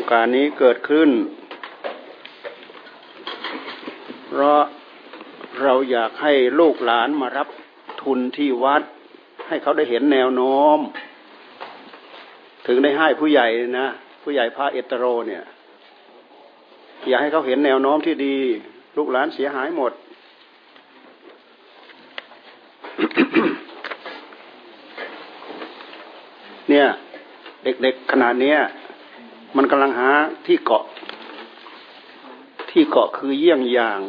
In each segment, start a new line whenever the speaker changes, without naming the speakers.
รงการนี้เกิดขึ้นเพราะเราอยากให้ลูกหลานมารับทุนที่วัดให้เขาได้เห็นแนวโน้มถึงได้ให้ผู้ใหญ่นะผู้ใหญ่พระเอตโรเนี่ยอยากให้เขาเห็นแนวโน้มที่ดีลูกหลานเสียหายหมด เนี่ยเด็กๆขนาดนี้มันกำลังหาที่เกาะคือเยี่ยงอย่าง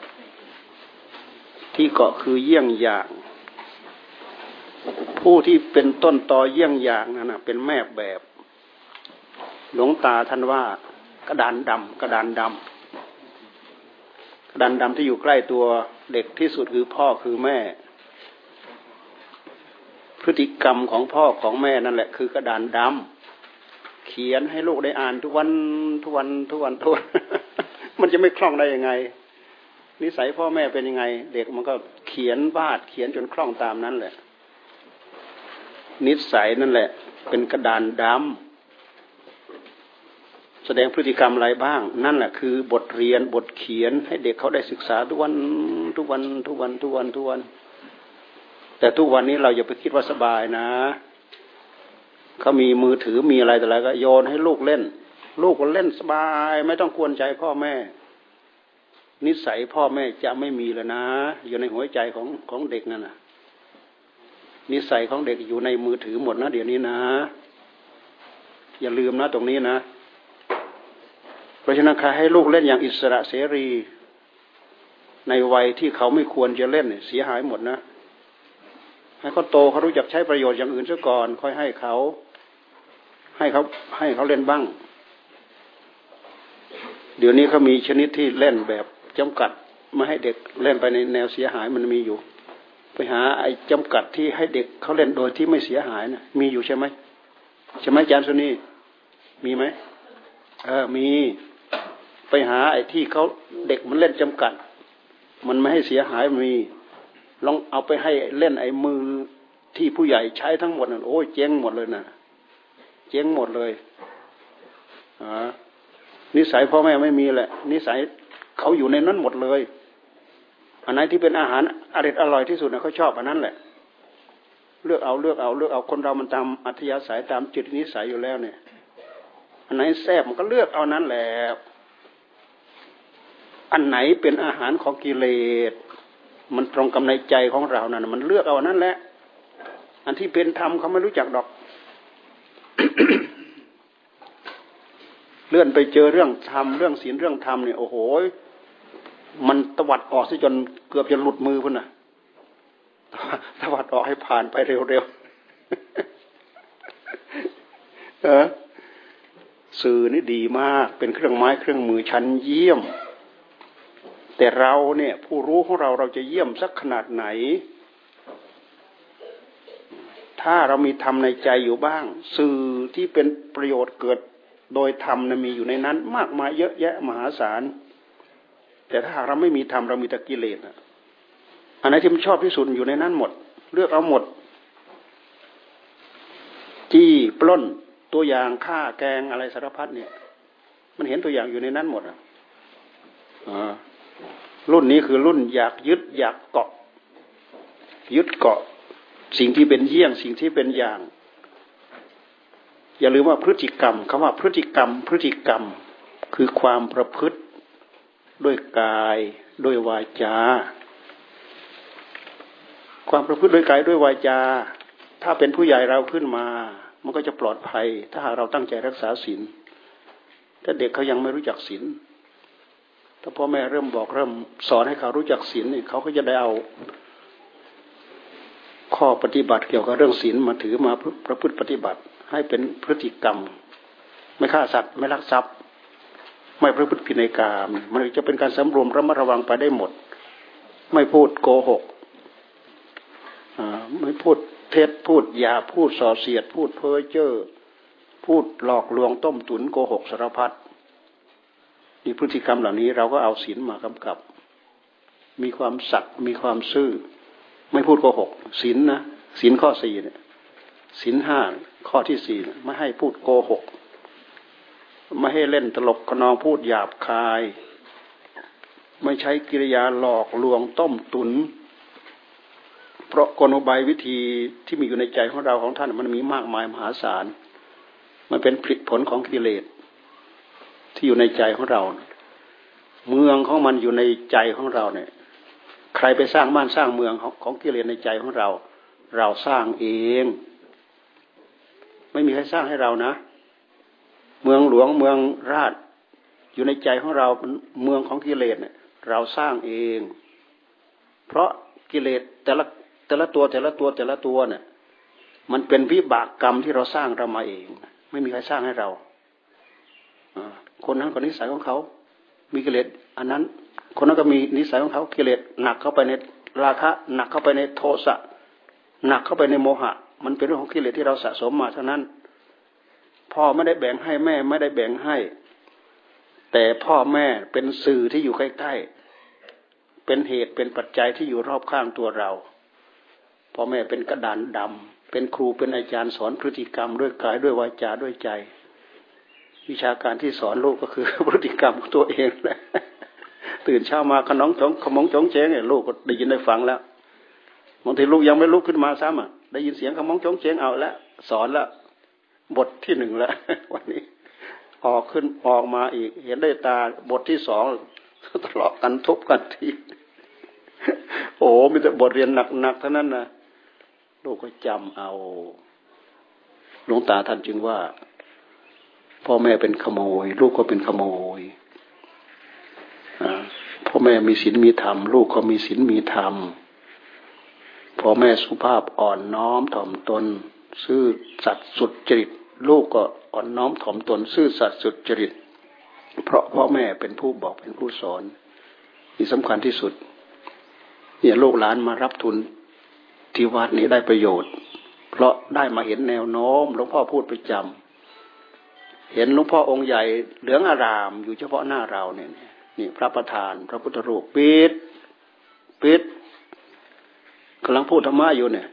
ที่เกาะคือเยี่ยงอย่างผู้ที่เป็นต้นตอเยี่ยงอย่างนั่นนะเป็นแม่แบบหลวงตาท่านว่ากระดานดำที่อยู่ใกล้ตัวเด็กที่สุดคือพ่อคือแม่พฤติกรรมของพ่อของแม่นั่นแหละคือกระดานดำเขียนให้ลูกได้อ่านทุกวัน มันจะไม่คล่องได้ยังไงนิสัยพ่อแม่เป็นยังไงเด็กมันก็เขียนวาดเขียนจนคล่องตามนั้นแหละนิสัยนั่นแหละเป็นกระดานดำแสดงพฤติกรรมอะไรบ้างนั่นแหละคือบทเรียนบทเขียนให้เด็กเขาได้ศึกษาทุกวันแต่ทุกวันนี้เราอย่าไปคิดว่าสบายนะเขามีมือถือมีอะไรแต่อะไรก็โยนให้ลูกเล่นลูกก็เล่นสบายไม่ต้องกวนใจพ่อแม่นิสัยพ่อแม่จะไม่มีแล้วนะอยู่ในหัวใจของเด็กนั่นน่ะนิสัยของเด็กอยู่ในมือถือหมดนะเดี๋ยวนี้นะอย่าลืมนะตรงนี้นะเพราะฉะนั้นใครให้ลูกเล่นอย่างอิสระเสรีในวัยที่เขาไม่ควรจะเล่นเสียหายหมดนะให้เขาโตเขารู้จักใช้ประโยชน์อย่างอื่นซะก่อนค่อยให้เขาเล่นบ้างเดี๋ยวนี้เขามีชนิดที่เล่นแบบจำกัดไม่ให้เด็กเล่นไปในแนวเสียหายมันมีอยู่ไปหาไอ้จำกัดที่ให้เด็กเขาเล่นโดยที่ไม่เสียหายนะมีอยู่ใช่ไหมอาจารย์สุนีมีไหมมีไปหาไอ้ที่เขาเด็กมันเล่นจำกัดมันไม่ให้เสียหายมีลองเอาไปให้เล่นไอ้มือที่ผู้ใหญ่ใช้ทั้งหมดนั่นโอ้ยเจ๊งหมดเลยนะเจ๊งหมดเลยนิสัยพ่อแม่ไม่มีแหละนิสัยเขาอยู่ในนั้นหมดเลยอันไหนที่เป็นอาหารอร่อยที่สุดนะเขาชอบอันนั้นแหละเลือกเอาคนเรามันตามอัธยาศัยตามจิตนิสัยอยู่แล้วเนี่ยอันไหนแซ่บมันก็เลือกเอานั้นแหละอันไหนเป็นอาหารของกิเลสมันตรงกับในใจของเรานั่นมันเลือกเอานั้นแหละอันที่เป็นธรรมเขาไม่รู้จักดอก เลื่อนไปเจอเรื่องธรรมเรื่องศีลเรื่องธรรมเนี่ยโอ้โหมันตวัดออกซะจนเกือบจะหลุดมือพุ่นน่ะตวัดออกให้ผ่านไปเร็วๆสื่อนี่ดีมากเป็นเครื่องไม้เครื่องมือชั้นเยี่ยมแต่เราเนี่ยผู้รู้ของเราจะเยี่ยมสักขนาดไหนถ้าเรามีธรรมในใจอยู่บ้างสื่อที่เป็นประโยชน์เกิดโดยธรรมนะมีอยู่ในนั้นมากมายเยอะแยะมหาศาลแต่ถ้าหากเราไม่มีธรรมเรามีแต่กิเลสอันไหนที่มันชอบที่สุดอยู่ในนั้นหมดเลือกเอาหมดจี้ปล้นตัวอย่างฆ่าแกงอะไรสารพัดเนี่ยมันเห็นตัวอย่างอยู่ในนั้นหมดรุ่นนี้คือรุ่นอยากยึดอยากเกาะยึดเกาะสิ่งที่เป็นเยี่ยงสิ่งที่เป็นอย่างอย่าลืมว่าพฤติกรรมคำว่าพฤติกรรมคือความประพฤติด้วยกายด้วยวาจาความประพฤติด้วยกายด้วยวาจาถ้าเป็นผู้ใหญ่เราขึ้นมามันก็จะปลอดภัยถ้าหากเราตั้งใจรักษาศีลถ้าเด็กเขายังไม่รู้จักศีลถ้าพ่อแม่เริ่มบอกเริ่มสอนให้เขารู้จักศีลนี่เขาก็จะได้เอาข้อปฏิบัติเกี่ยวกับเรื่องศีลมาถือมาประพฤติปฏิบัติให้เป็นพฤติกรรมไม่ฆ่าสัตว์ไม่ลักทรัพย์ไม่ประพฤติผิดในกามมันจะเป็นการสำรวมระมัดระวังไปได้หมดไม่พูดโกหกไม่พูดเท็จพูดหยาพูดส่อเสียดพูดเพ้อเจ้อพูดหลอกลวงต้มตุ๋นโกหกสารพัดนี่พฤติกรรมเหล่านี้เราก็เอาศีลมากำกับมีความสัตย์มีความซื่อไม่พูดโกหกศีลนะศีลข้อ4เนี่ยศีล5ข้อที่4ไม่ให้พูดโกหกไม่ให้เล่นตลกขนองพูดหยาบคายไม่ใช้กิริยาหลอกลวงต้มตุนเพราะกลอุบายวิธีที่มีอยู่ในใจของเราของท่านมันมีมากมายมหาศาลมันเป็นผลของกิเลสที่อยู่ในใจของเราเมืองของมันอยู่ในใจของเราเนี่ยใครไปสร้างบ้านสร้างเมืองของกิเลสในใจของเราเราสร้างเองไม่มีใครสร้างให้เรานะเมืองหลวงเมืองราชอยู่ในใจของเราเมืองของกิเลสเนี่ยเราสร้างเองเพราะกิเลสแต่ละตัวเนี่ยมันเป็นวิบากกรรมที่เราสร้างเรามาเองไม่มีใครสร้างให้เราคนนั้นก็นิสัยของเขามีกิเลสอันนั้นคนนั้นก็มีนิสัยของเขากิเลสหนักเข้าไปในราคะหนักเข้าไปในโทสะหนักเข้าไปในโมหะมันเป็นเรื่องของกิเลสที่เราสะสมมาเท่านั้นพ่อไม่ได้แบ่งให้แม่ไม่ได้แบ่งให้แต่พ่อแม่เป็นสื่อที่อยู่ใกล้ๆเป็นเหตุเป็นปัจจัยที่อยู่รอบข้างตัวเราพ่อแม่เป็นกระดานดำเป็นครูเป็นอาจารย์สอนพฤติกรรมด้วยกายด้วยวาจาด้วยใจวิชาการที่สอนลูกก็คือพฤติกรรมของตัวเองแหละตื่นเช้ามาขมองจ้องแจ้งเนี่ยลูกก็ได้ยินได้ฟังแล้วบางทีลูกยังไม่ลุกขึ้นมาซ้ำอ่ะได้ยินเสียงขมองจ้องแจ้งเอาแล้วสอนแล้วบทที่ 1แล้ววันนี้ออกมาอีกเห็นได้ตาบทที่ 2ทะเลาะกันทุบกันทีโอ้มีแต่บทเรียนหนักๆเท่านั้นนะลูกก็จำเอาหลวงตาท่านจึงว่าพ่อแม่เป็นขโมยลูกก็เป็นขโมยพ่อแม่มีศีลมีธรรมลูกก็มีศีลมีธรรมพ่อแม่สุภาพอ่อนน้อมถ่อมตนซื่อสัตย์สุจริตลูกก็อ่อนน้อมถ่อมตนซื่อสัตย์สุจริตเพราะพ่อแม่เป็นผู้บอกเป็นผู้สอนที่สำคัญที่สุดเนี่ยลูกหลานมารับทุนที่วัดนี้ได้ประโยชน์เพราะได้มาเห็นแนวโน้มหลวงพ่อพูดประจำเห็นหลวงพ่อองค์ใหญ่เหลืองอารามอยู่เฉพาะหน้าเราเนี่ยนี่พระประธานพระพุทธรูปปิดกำลังพูดธรรมะอยู่เนี่ย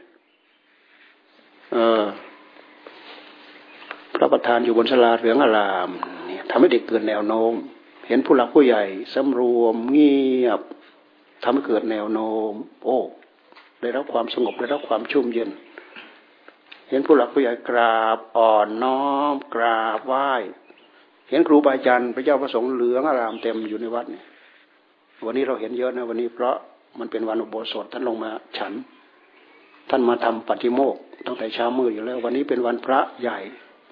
พระประธานอยู่บนศาลาเหลืองอารามเนี่ยทำให้เด็กเกิดแนวโน้มเห็นผู้หลักผู้ใหญ่สำรวมเงียบทำให้เกิดแนวโน้มโอ้ได้รับความสงบได้รับความชุ่มเย็นเห็นผู้หลักผู้ใหญ่กราบอ่อนน้อมกราบไหว้เห็นครูบาอาจารย์พระเจ้าประสงค์เหลืองอารามเต็มอยู่ในวัดนี่วันนี้เราเห็นเยอะนะวันนี้เพราะมันเป็นวันอุโบสถท่านลงมาฉันท่านมาทำปฏิโมกข์ตั้งแต่เช้ามืดอยู่แล้ววันนี้เป็นวันพระใหญ่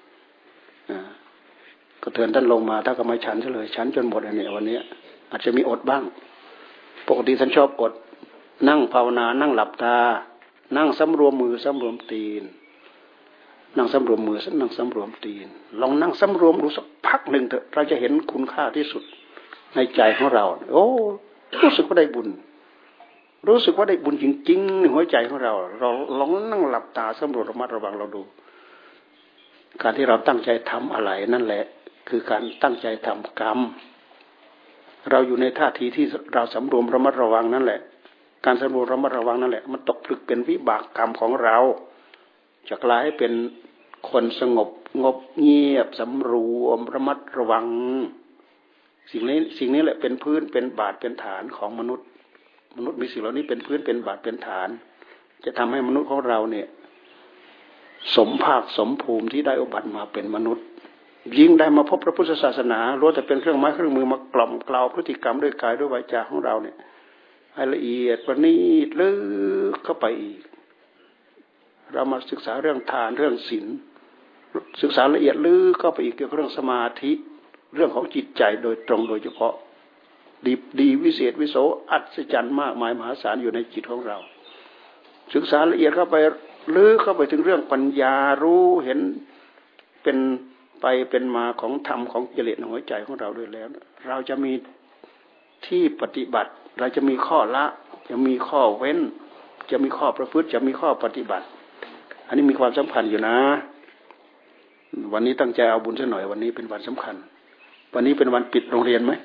ก็เตือนท่านลงมาถ้าก็ไม่ฉันเลยฉันจนหมดอันนี้วันนี้อาจจะมีอดบ้างปกติท่านชอบอดนั่งภาวนานั่งหลับตานั่งสำรวมมือสำรวมตีนนั่งสำรวมมือนั่งสำรวมตีนลองนั่งสำรวมดูสักพักหนึ่งเถอะเราจะเห็นคุณค่าที่สุดในใจของเราโอ้รู้สึกว่าได้บุญรู้สึกว่าได้บุญจริงๆในหัวใจของเราลองนั่งหลับตาสำรวจระมัดระวังเราดูการที่เราตั้งใจทำอะไรนั่นแหละคือการตั้งใจทำกรรมเราอยู่ในท่าทีที่เราสำรวมระมัดระวังนั่นแหละการสำรวมระมัดระวังนั่นแหละมันตกผลึกเป็นวิบากกรรมของเราจะกลายให้เป็นคนสงบเงียบสำรวมระมัดระวังสิ่งนี้แหละเป็นพื้นเป็นบาทเป็นฐานของมนุษย์มีสิ่งเหล่านี้เป็นพื้นเป็นบาทเป็นฐานจะทำให้มนุษย์ของเราเนี่ยสมภาคสมภูมิที่ได้อุบัติมาเป็นมนุษย์ยิ่งได้มาพบพระพุทธศาสนาล้วนแต่เป็นเครื่องไม้เครื่องมือมากล่อมกล่าวพฤติกรรมด้วยกายด้วยวาจาของเราเนี่ยให้ละเอียดประณีตลึกเข้าไปอีกเรามาศึกษาเรื่องทานเรื่องศีลศึกษาละเอียดลึกเข้าไปอีกเกี่ยวกับเรื่องสมาธิเรื่องของจิตใจโดยตรงโดยเฉพาะดีวิเศษวิโสอัศจรรย์มากมายมหาศาลอยู่ในจิตของเราศึกษาละเอียดเข้าไปลึกเข้าไปถึงเรื่องปัญญารู้เห็นเป็นไปเป็นมาของธรรมของกิเลสในหัวใจของเราด้วยแล้วเราจะมีที่ปฏิบัติเราจะมีข้อละจะมีข้อเว้นจะมีข้อประพฤติจะมีข้อปฏิบัติอันนี้มีความสำคัญอยู่นะวันนี้ตั้งใจเอาบุญซะหน่อยวันนี้เป็นวันสำคัญวันนี้เป็นวันปิดโรงเรียนไหม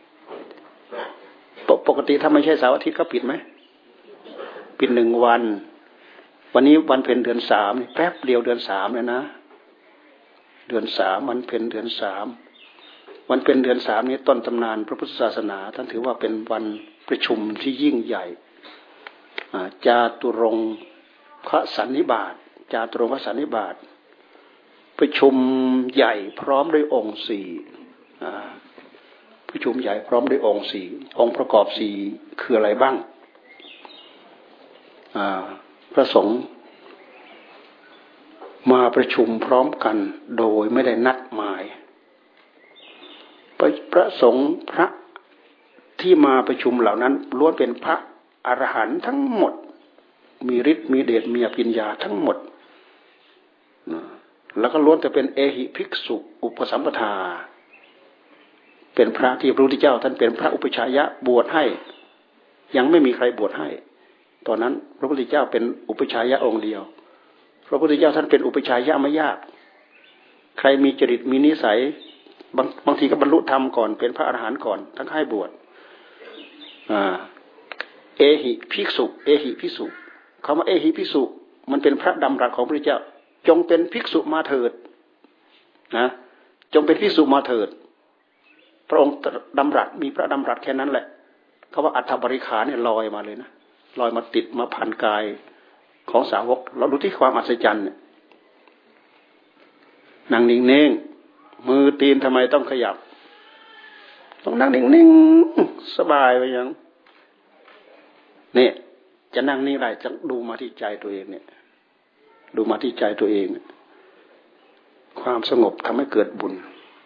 ปกติถ้าไม่ใช่เสาร์อาทิตย์ก็ปิดไหมปิด1 วันวันนี้วันเพ็ญเดือน3แป๊บเดียวเดือน3เลยนะเดือน3วันเพ็ญเดือน3 วันเป็นเดือนสามนี้ต้นตำนานพระพุทธศาสนาท่านถือว่าเป็นวันประชุมที่ยิ่งใหญ่จาตุรงคสันนิบาตจาตุรงคสันนิบาตประชุมใหญ่พร้อมด้วยองค์สี่ประชุมใหญ่พร้อมด้วยองค์สี่องค์ประกอบสี่คืออะไรบ้างพระสงฆ์มาประชุมพร้อมกันโดยไม่ได้นัดหมายพระสงฆ์พระที่มาประชุมเหล่านั้นล้วนเป็นพระอรหันต์ทั้งหมดมีฤทธิ์มีเดชมีอภิญญาทั้งหมดแล้วก็ล้วนแต่เป็นเอหิภิกษุอุปสัมปทาเป็นพระที่พระพุทธเจ้าท่านเป็นพระอุปชายะบวชให้ยังไม่มีใครบวชให้ตอนนั้นพระพุทธเจ้าเป็นอุปชายะองค์เดียวพระพุทธเจ้าท่านเป็นอุปชายะไม่ยากใครมีจริตมีนิสัยบางทีก็บรรลุธรรมก่อนเป็นพระอรหันต์ก่อนทั้งให้บวชเอหิภิกษุเอหิภิกษุคำว่าเอหิภิกษุมันเป็นพระดำรัสของพระพุทธเจ้าจงเป็นภิกษุมาเถิดนะจงเป็นภิกษุมาเถิดพระองค์ดำรัสมีพระดำรัสแค่นั้นแหละคำว่าอัฏฐบริขารเนี่ยลอยมาเลยนะลอยมาติดมาพันกายของสาวกเราดูที่ความอัศจรรย์เนี่ยนั่งนิ่งๆมือตีนทำไมต้องขยับต้องนั่งนิ่งๆสบายไปยังเนี่ยจะนั่งนิ่งได้จะดูมาที่ใจตัวเองเนี่ยดูมาที่ใจตัวเองความสงบทำให้เกิดบุญ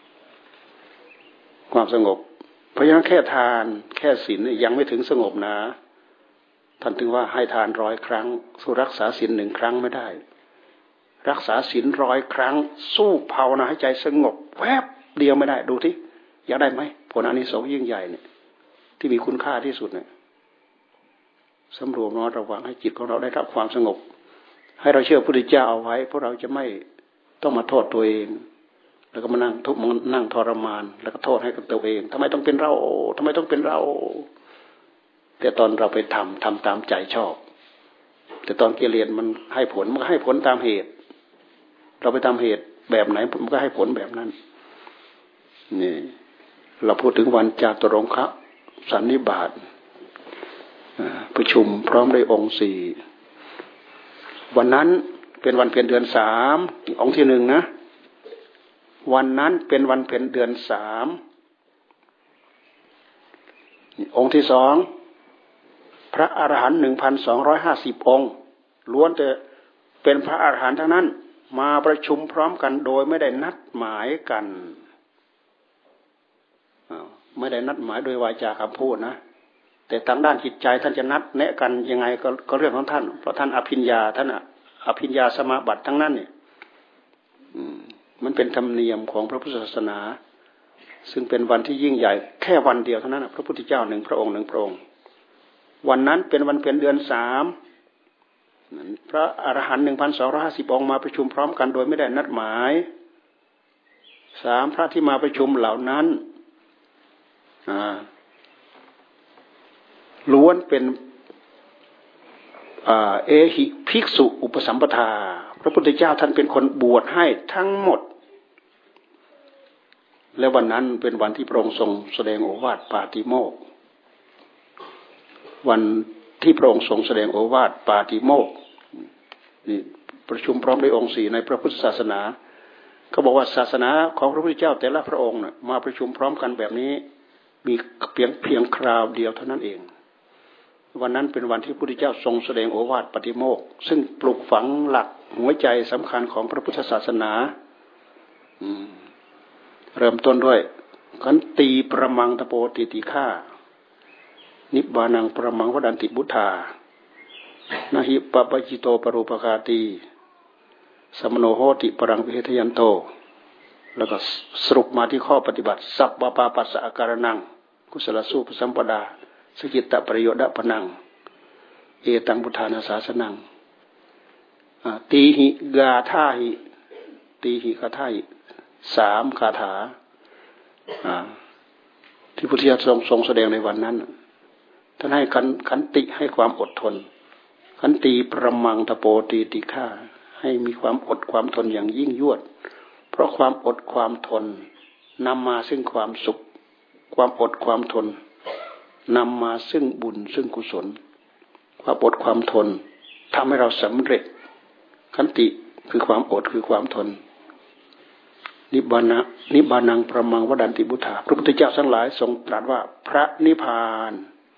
ความสงบเพราะฉะนั้นแค่ทานแค่ศีลยังไม่ถึงสงบนะท่านถึงว่าให้ทาน100 ครั้งสู้รักษาศีล1 ครั้งไม่ได้รักษาศีล100 ครั้งสู้ภาวนาให้ใจสงบแวบเดียวไม่ได้ดูที่อยากได้ไหมผลอานิสงส์ยิ่งใหญ่เนี่ยที่มีคุณค่าที่สุดเนี่ยสำรวมระวังให้จิตของเราได้รับความสงบให้เราเชื่อพระพุทธเจ้าเอาไว้เพราะเราจะไม่ต้องมาโทษตัวเองแล้วก็มานั่งทุกข์มานั่งทรมานแล้วก็โทษให้กับตัวเองทำไมต้องเป็นเราทำไมต้องเป็นเราแต่ตอนเราไปทำตามใจชอบแต่ตอนกิเลสมันให้ผลมันก็ให้ผลตามเหตุเราไปทำเหตุแบบไหนมันก็ให้ผลแบบนั้นนี่เราพูดถึงวันจาตุรงคสันนิบาตประชุมพร้อมด้วยองค์สี่วันนั้นเป็นวันเพ็ญเดือน3องค์ที่1นะวันนั้นเป็นวันเพ็ญเดือน3องค์ที่2พระอรหันต์ 1,250 องค์ล้วนแต่เป็นพระอรหันต์ทั้งนั้นมาประชุมพร้อมกันโดยไม่ได้นัดหมายกันไม่ได้นัดหมายโดยวาจาคำพูดนะแต่ทางด้านจิตใจท่านจะนัดแนะกันยังไงก็เรื่องของท่านเพราะท่านอภิญญาท่านอภิญญาสมาบัติทั้งนั้นเนี่ยมันเป็นธรรมเนียมของพระพุทธศาสนาซึ่งเป็นวันที่ยิ่งใหญ่แค่วันเดียวเท่านั้นพระพุทธเจ้า1 พระองค์1 พระองค์วันนั้นเป็นวันเพ็ญเดือน3พระอรหันต์ 1,250 องค์มาประชุมพร้อมกันโดยไม่ได้นัดหมาย3พระที่มาประชุมเหล่านั้นล้วนเป็นเอหิภิกษุอุปสัมปทาพระพุทธเจ้าท่านเป็นคนบวชให้ทั้งหมดและวันนั้นเป็นวันที่พระองค์ทรงแสดงโอวาทปาติโมกข์วันที่พระองค์ทรงแสดงโอวาทปาติโมกข์นี่ประชุมพร้อมด้วยองค์4ในพระพุทธศาสนาเขาบอกว่าศาสนาของพระพุทธเจ้าแต่ละพระองค์เนี่ยมาประชุมพร้อมกันแบบนี้มีเพียงคราวเดียวเท่านั้นเองวันนั้นเป็นวันที่พระพุทธเจ้าทรงแสดงโอวาทปาติโมกข์ซึ่งปลูกฝังหลักหัวใจสำคัญของพระพุทธศาสนาเริ่มต้นด้วยขันติประมังตโปติติฆานิบบานังประมังวดันติบุทธานาหิปปจิโตปรูปคาติสมโนโหติปรังวิเหทยันโตแล้วก็สรุปมาที่ข้อปฏิบัติสัพพปาปัสสะการนังกุศลสูปสัมปดาสกิตตประโยชน์ปนังเอตังพุทธานาสาสนังตีหิกาธาหิตีหิกาธาหิ3 คาถาที่พุทธเจ้าทรงแสดงในวันนั้นท่านให้ขันติให้ความอดทนขันติประมังตโปติติฆาให้มีความอดความทนอย่างยิ่งยวดเพราะความอดความทนนำมาซึ่งความสุขความอดความทนนำมาซึ่งบุญซึ่งกุศลความอดความทนทำให้เราสำเร็จขันติคือความอดคือความทนนิบานังประมังวดันติบุทธาพระพุทธเจ้าทั้งหลายทรงตรัสว่าพระนิพพาน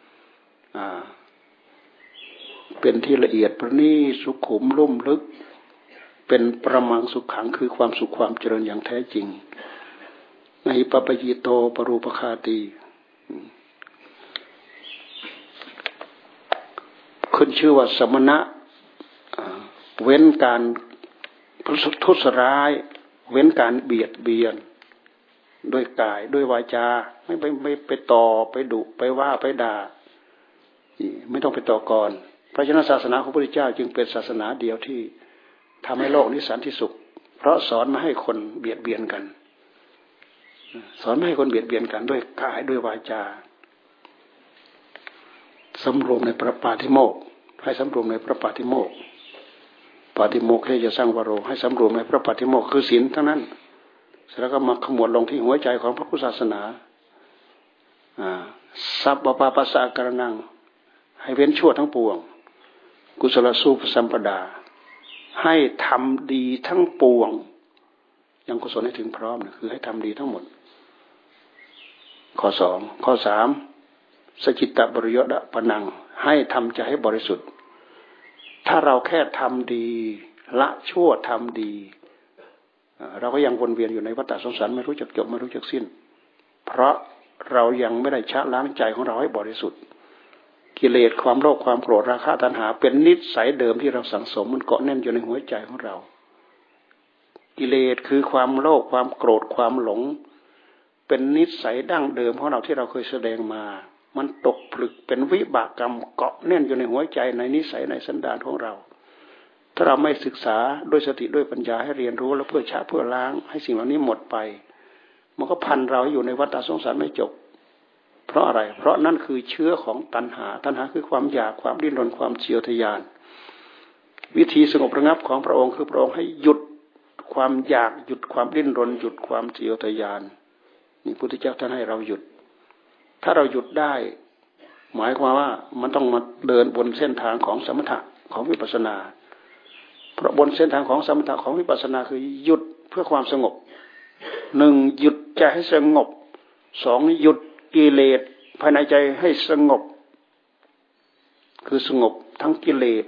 เป็นที่ละเอียดประณีตสุขุมลุ่มลึกเป็นประมังสุขขังคือความสุขความเจริญอย่างแท้จริงในปปยิโตปรูปคาตีขึ้นชื่อว่าสมณะเว้นการทุษร้ายเว้นการเบียดเบียนด้วยกายด้วยวาจาไม่ไปต่อไปดุไปว่าไปด่าไม่ต้องไปต่อก่อนพระเจ้าศาสนาของพระพุทธเจ้าจึงเป็นศาสนาเดียวที่ทำให้โลกนี้สันติสุขเพราะสอนไม่ให้คนเบียดเบียนกันสอนไม่ให้คนเบียดเบียนกันด้วยกายด้วยวาจาสำรวมในพระปาฏิโมกข์ให้สำรวมในพระปาฏิโมกข์ปาฏิโมกข์ที่จะสร้างวโรให้สำรวมในพระปาฏิโมกข์คือศีลทั้งนั้นแล้วก็มาขมวดลงที่หัวใจของพระพุทธศาสนาสัพพปาปัสสะกรณังให้เว้นชั่วทั้งปวงกุศลสูปสัมปดาให้ทำดีทั้งปวงยังกุศลให้ถึงพร้อมนะคือให้ทำดีทั้งหมดข้อ2ข้อ3สจิตตบริยดปนังให้ทำใจให้บริสุทธิ์ถ้าเราแค่ทำดีละชั่วทำดีเราก็ยังวนเวียนอยู่ในวัฏสงสารไม่รู้จักจบไม่รู้จักสิ้นเพราะเรายังไม่ได้ชะล้างใจของเราให้บริสุทธิ์กิเลสความโลภความโกรธราคะตัณหาเป็นนิสัยเดิมที่เราสังสมมันเกาะแน่นอยู่ในหัวใจของเรากิเลสคือความโลภความโกรธความหลงเป็นนิสัยดั้งเดิมของเราที่เราเคยแสดงมามันตกผลึกเป็นวิบากกรรมเกาะแน่นอยู่ในหัวใจในนิสัยในสันดานของเราถ้าเราไม่ศึกษาด้วยสติด้วยปัญญาให้เรียนรู้แล้วเพื่อชะเพื่อล้างให้สิ่งเหล่านี้หมดไปมันก็พันเราอยู่ในวัฏสงสารไม่จบเพราะอะไรเพราะนั่นคือเชื้อของตัณหาคือความอยากความดิ้นรนความเฉียวทะยานวิธีสงบระงับของพระองค์คือพระองค์ให้หยุดความอยากหยุดความดิ้นรนหยุดความเฉียวทะยานนี่พุทธเจ้าท่านให้เราหยุดถ้าเราหยุดได้หมายความว่ามันต้องมาเดินบนเส้นทางของสมถะของวิปัสสนาเพราะบนเส้นทางของสมถะของวิปัสสนาคือหยุดเพื่อความสงบ1หยุดใจให้สงบ2หยุดกิเลสภายในใจให้สงบคือสงบทั้งกิเลส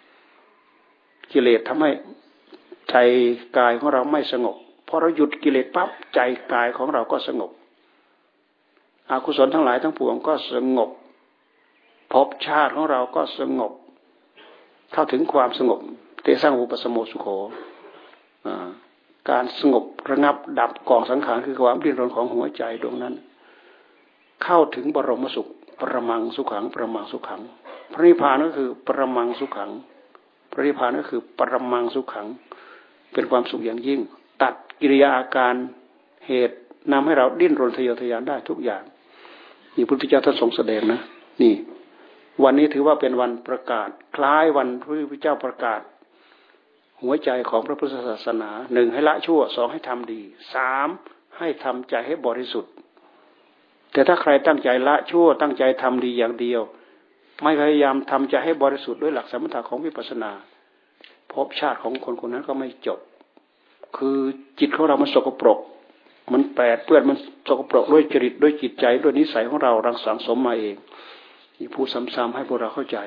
ทำให้ใจกายของเราไม่สงบพอเราหยุดกิเลสปั๊บใจกายของเราก็สงบอกุศลทั้งหลายทั้งปวงก็สงบภพชาติของเราก็สงบเข้าถึงความสงบเตสังอุปสมโมสุโขการสงบระงับดับกองสังขารคือความดิ้นรนของหัวใจดวงนั้นเข้าถึงบรมสุขประมังสุขังประมังสุขังพระนิพพานก็คือประมังสุขังพระนิพพานก็คือประมังสุขังเป็นความสุขอย่างยิ่งตัดกิริยาอาการเหตุนำให้เราดิ้นรนทะเยอทะยานได้ทุกอย่างนี่พระพุทธเจ้าท่านทรงแสดงนะนี่วันนี้ถือว่าเป็นวันประกาศคล้ายวันพระพุทธเจ้าประกาศหัวใจของพระพุทธศาสนา1ให้ละชั่ว2ให้ทำดี3ให้ทำใจให้บริสุทธิ์แต่ถ้าใครตั้งใจละชั่วตั้งใจทำดีอย่างเดียวไม่พยายามทำใจให้บริสุทธิ์ด้วยหลักสมถะของวิปัสสนาภพชาติของคนคนนั้นก็ไม่จบคือจิตของเรามันสกปรกมันแปดเปื้อนมันสกปรกด้วยจริตด้วยจิตใจด้วยนิสัยของเรารังสรรค์สมมาเองนี่พูดซ้ำๆให้พวกเราเข้าใจ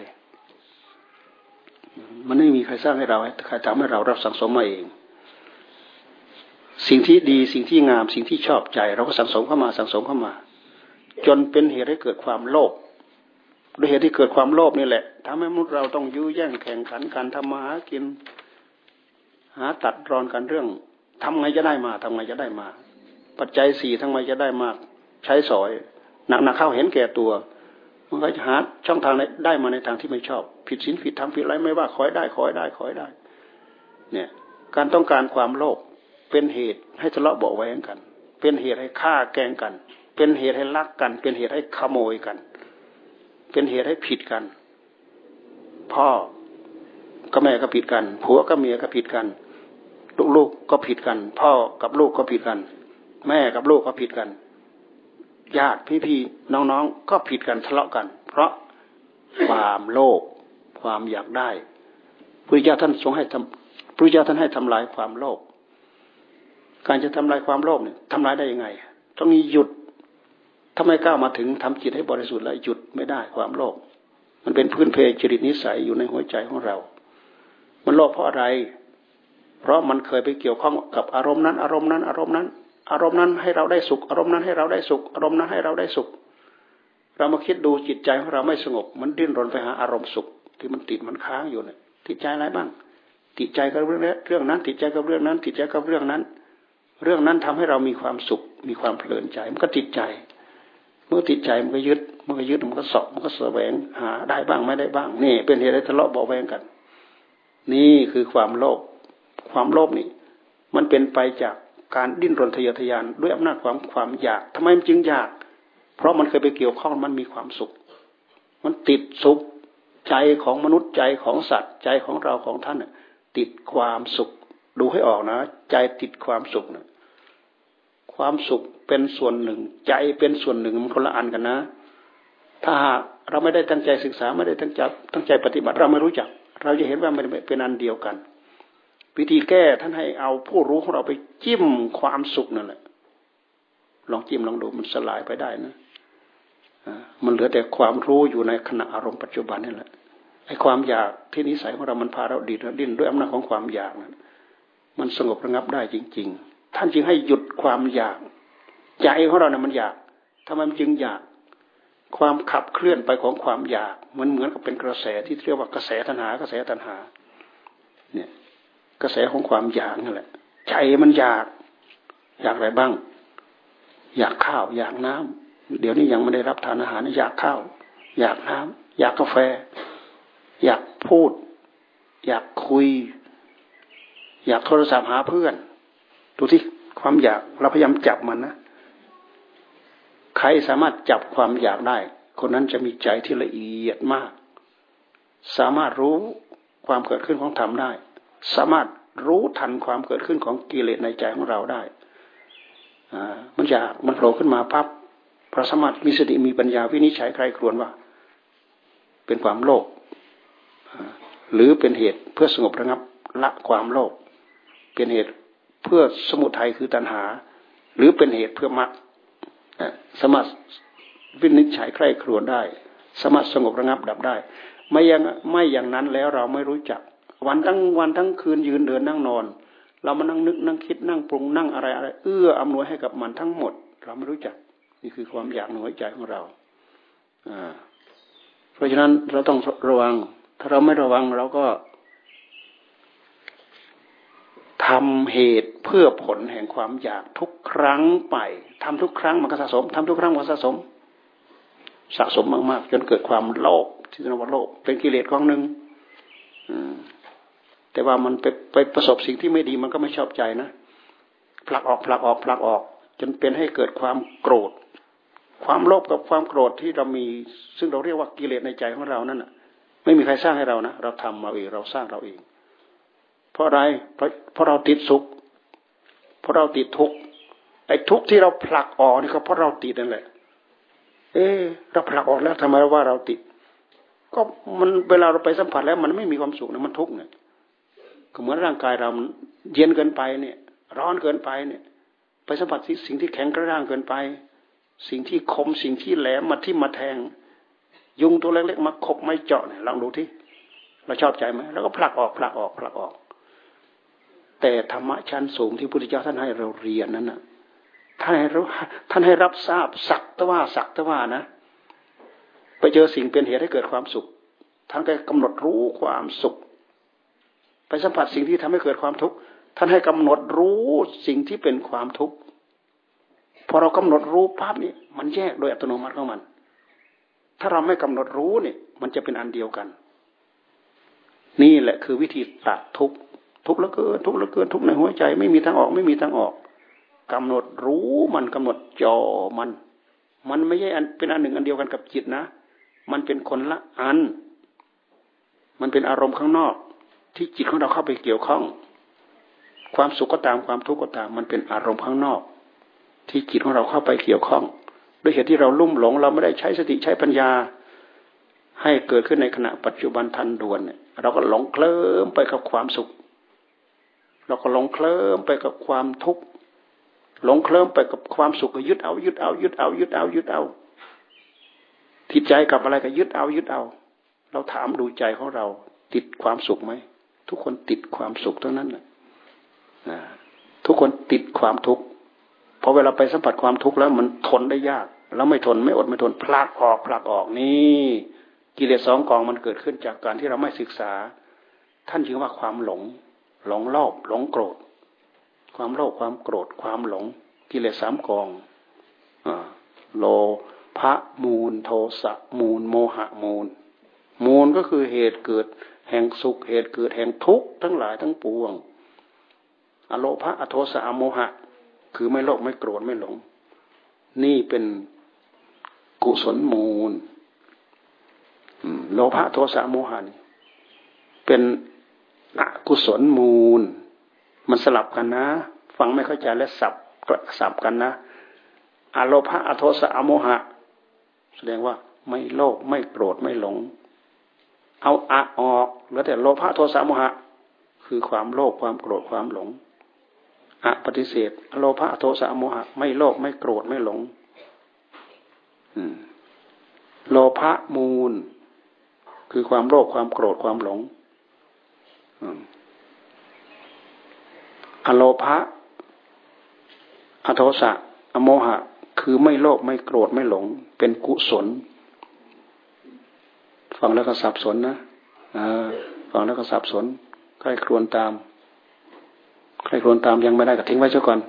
มันไม่มีใครสร้างให้เราใครทำให้เราสังสมมาเองสิ่งที่ดีสิ่งที่งามสิ่งที่ชอบใจเราก็สังสมเข้ามาจนเป็นเหตุให้เกิดความโลภด้วยเหตุที่เกิดความโลภนี่แหละทำให้มนุษย์เราต้องยื้อแย่งแข่งขันกันทำมาหากินหาตัดรอนกันเรื่องทำไงจะได้มาปัจจัย4ทั้งไงจะได้มาใช้สอยหนักเข้าเห็นแก่ตัวมันก็จะหาช่องทางได้มาในทางที่ไม่ชอบผิดศีลผิดธรรมผิดอะไรไม่ว่าขอให้ได้เนี่ยการต้องการความโลภเป็นเหตุให้ทะเลาะเบาะแว้งกันเป็นเหตุให้ฆ่าแกล้งกันเป็นเหตุให้ลักกันเป็นเหตุให้ขโมยกันเป็นเหตุให้ผิดกันพ่อกับแม่ก็ผิดกันผัวกับเมียก็ผิดกันลูกๆก็ผิดกันพ่อกับลูกก็ผิดกันแม่กับลูกก็ผิดกันญาติพี่ๆน้องๆก็ผิดกันทะเลาะกันเพราะความโลภความอยากได้พระพุทธเจ้าท่านทรงให้พระพุทธเจ้าท่านให้ทำลายความโลภการจะทำลายความโลภเนี่ยทำลายได้ยังไงต้องมีหยุดถ้าไม่ก้าวมาถึงทำจิตให้บริสุทธิ์แล้วหยุดไม่ได้ความโลภมันเป็นพื้นเพจริตนิสัยอยู่ในหัวใจของเรามันโลภเพราะอะไรเพราะมันเคยไปเกี่ยวข้องกับอารมณ์นั้นอารมณ์นั้นอารมณ์นั้นอารมณ์นั้นให้เราได้สุขอารมณ์นั้นให้เราได้สุขอารมณ์นั้นให้เราได้สุขเรามาคิดดูจิตใจของเราไม่สงบมันดิ้นรนไปหาอารมณ์สุขที่มันติดมันค้างอยู่เนี่ยติดใจอะไรบ้างติดใจกับเรื่องนั้นติดใจกับเรื่องนั้นติดใจกับเรื่องนั้นเรื่องนั้นทำให้เรามีความสุขมีความเพลินใจมันก็ติดใจเมื่อติดใจมันก็ยึดมันก็เสาะมันก็แสวงหาได้บ้างไม่ได้บ้างนี่เป็นเหตุให้ทะเลาะเบาแวงกันนี่คือความโลภความโลภนี่มันเป็นไปจากการดิ้นรนทะเยอทะยานด้วยอำนาจความอยากทำไมมันจึงอยากเพราะมันเคยไปเกี่ยวข้องมันมีความสุขมันติดสุขใจของมนุษย์ใจของสัตว์ใจของเราของท่านติดความสุขดูให้ออกนะใจติดความสุขนะความสุขเป็นส่วนหนึ่งใจเป็นส่วนหนึ่งมันคนละอันกันนะถ้าเราไม่ได้ตั้งใจศึกษาไม่ได้ตั้งใจปฏิบัติเราไม่รู้จักเราจะเห็นว่ามันเป็นอันเดียวกันวิธีแก้ท่านให้เอาผู้รู้ของเราไปจิ้มความสุขนั่นแหละลองจิ้มลองดูมันสลายไปได้นะมันเหลือแต่ความรู้อยู่ในขณะอารมณ์ปัจจุบันนี่แหละไอ้ความอยากที่นิสัยของเรามันพาเราดิ้นด้วยอำนาจของความอยากนั้นมันสงบระงับได้จริงๆท่านจึงให้หยุดความอยากใจของเราเนี่ยมันอยากทำไมมันจึงอยากความขับเคลื่อนไปของความอยากเหมือนกับเป็นกระแสที่เรียกว่ากระแสตัณหเนี่ยกระแสของความอยากนั่นแหละใจมันอยากอะไรบ้างอยากข้าวอยากน้ำเดี๋ยวนี้ยังไม่ได้รับทานอาหารอยากข้าวอยากน้ำอยากกาแฟอยากพูดอยากคุยอยากโทรศัพท์หาเพื่อนดูที่ความอยากเราพยายามจับมันนะใครสามารถจับความอยากได้คนนั้นจะมีใจที่ละเอียดมากสามารถรู้ความเกิดขึ้นของธรรมได้สามารถรู้ทันความเกิดขึ้นของกิเลสในใจของเราได้มันอยากมันโผล่ขึ้นมาปั๊บพระสามารถมีสติมีปัญญาวินิจฉัยใครครวญว่าเป็นความโลภหรือเป็นเหตุเพื่อสงบระงับละความโลภเป็นเหตุเพื่อสมุทัยคือตัณหาหรือเป็นเหตุเพื่อมรรคสามารถวินิจฉัยใครครวญได้สามารถสงบระงับดับได้ไม่อย่างนั้นแล้วเราไม่รู้จักวันทั้งคืนยืนเดินนั่งนอนเรามานั่งนึกนั่งคิดนั่งปรุงนั่งอะไรเอื้ออำนวยให้กับมันทั้งหมดเราไม่รู้จักนี่คือความอยากในหัวใจของเราเพราะฉะนั้นเราต้องระวังถ้าเราไม่ระวังเราก็ทำเหตุเพื่อผลแห่งความอยากทุกครั้งไปทำทุกครั้งมันก็สะสมทำทุกครั้งมันสะสมมากๆจนเกิดความโลภที่เรียกว่าโลภเป็นกิเลสของหนึ่งแต่ว่ามันไปประสบสิ่งที่ไม่ดีมันก็ไม่ชอบใจนะผลักออกจนเป็นให้เกิดความโกรธความโลภกับความโกรธที่เรามีซึ่งเราเรียกว่ากิเลสในใจของเรานั่นน่ะไม่มีใครสร้างให้เรานะเราทำเราเองเราสร้างเราเองเพราะอะไรเพราะเราติดสุขเพราะเราติดทุกข์ไอ้ทุกข์ที่เราผลักออกนี่ก็เพราะเราติดนั่นแหละเราผลักออกแล้วทำไมว่าเราติดก็มันเวลาเราไปสัมผัสแล้วมันไม่มีความสุขนะมันทุกข์เนี่ยก็เหมือนร่างกายเราเย็นเกินไปเนี่ยร้อนเกินไปเนี่ยไปสัมผัสสิ่งที่แข็งกระด้างเกินไปสิ่งที่คมสิ่งที่แหลมมาทิ่มมาแทงยุงตัวเล็กๆมาขบไม่เจาะเนี่ยลองดูที่เราชอบใจไหมแล้วก็ผลักออกแต่ธรรมะชั้นสูงที่พระพุทธเจ้าท่านให้เราเรียนนั้นน่ะท่านให้รับทราบสักแต่ว่านะไปเจอสิ่งเป็นเหตุให้เกิดความสุขท่านก็กำหนดรู้ความสุขไปสัมผัสสิ่งที่ทำให้เกิดความทุกข์ท่านให้กำหนดรู้สิ่งที่เป็นความทุกข์พอเรากำหนดรู้ภาพนี้มันแยกโดยอัตโนมัติของมันถ้าเราไม่กำหนดรู้เนี่ยมันจะเป็นอันเดียวกันนี่แหละคือวิธีตัดทุกข์แล้วเกินทุกข์ในหัวใจไม่มีทางออกกำหนดรู้มันกำหนดจ่อมันไม่ใช่เป็นอันหนึ่งอันเดียวกันกับจิตนะมันเป็นคนละอันมันเป็นอารมณ์ข้างนอกที่จิตของเราเข้าไปเกี่ยวข้องความสุขก็ตามความทุกข์ก็ตามมันเป็นอารมณ์ข้างนอกที่จิตของเราเข้าไปเกี่ยวข้องด้วยเหตุที่เราลุ่มหลงเราไม่ได้ใช้สติใช้ปัญญาให้เกิดขึ้นในขณะปัจจุบันทันด่วนเนี่ยเราก็หลงเคลิ้มไปกับความสุขเราก็หลงเคลิ้มไปกับความทุกข์หลงเคลิ้มไปกับความสุขก็ยึดเอาติดใจกับอะไรก็ยึดเอาเราถามดูใจของเราติดความสุขไหมทุกคนติดความสุขเท่านั้นแหละทุกคนติดความทุกข์พอเวลาไปสัมผัสความทุกข์แล้วมันทนได้ยากแล้วไม่ทนไม่อดไม่ทนผลักออกนี่กิเลสสองกองมันเกิดขึ้นจากการที่เราไม่ศึกษาท่านจึงว่าความหลงโลภหลงโกรธความโลภความโกรธความหลงกิเลสสามกองโลภะมูลโทสะมูลโมหะมูลก็คือเหตุเกิดแห่งสุขเหตุเกิดแห่งทุกข์ทั้งหลายทั้งปวงอโลภะอโทสะอโมหะคือไม่โลภไม่โกรธไม่หลงนี่เป็นกุศลมูลโลภะโทสะโมหะนี่เป็นอกุศลมูลมันสลับกันนะฟังไม่เข้าใจและสับกันนะอโลภะอโทสะอโมหะแสดงว่าไม่โลภไม่โกรธไม่หลงเอาอะออกเหลือแต่โลภะโทสะโมหะคือความโลภความโกรธความหลงอะปฏิเสธโลภะโทสะโมหะไม่โลภไม่โกรธไม่หลงโลภะมูลคือความโลภความโกรธความหลงอโลภะอโทสะอโมหะคือไม่โลภไม่โกรธไม่หลงเป็นกุศลฟังแล้วก็สับสนนะฟังแล้วก็สับสนใครครวญตามยังไม่ได้ก็ทิ้งไว้เสียก่อน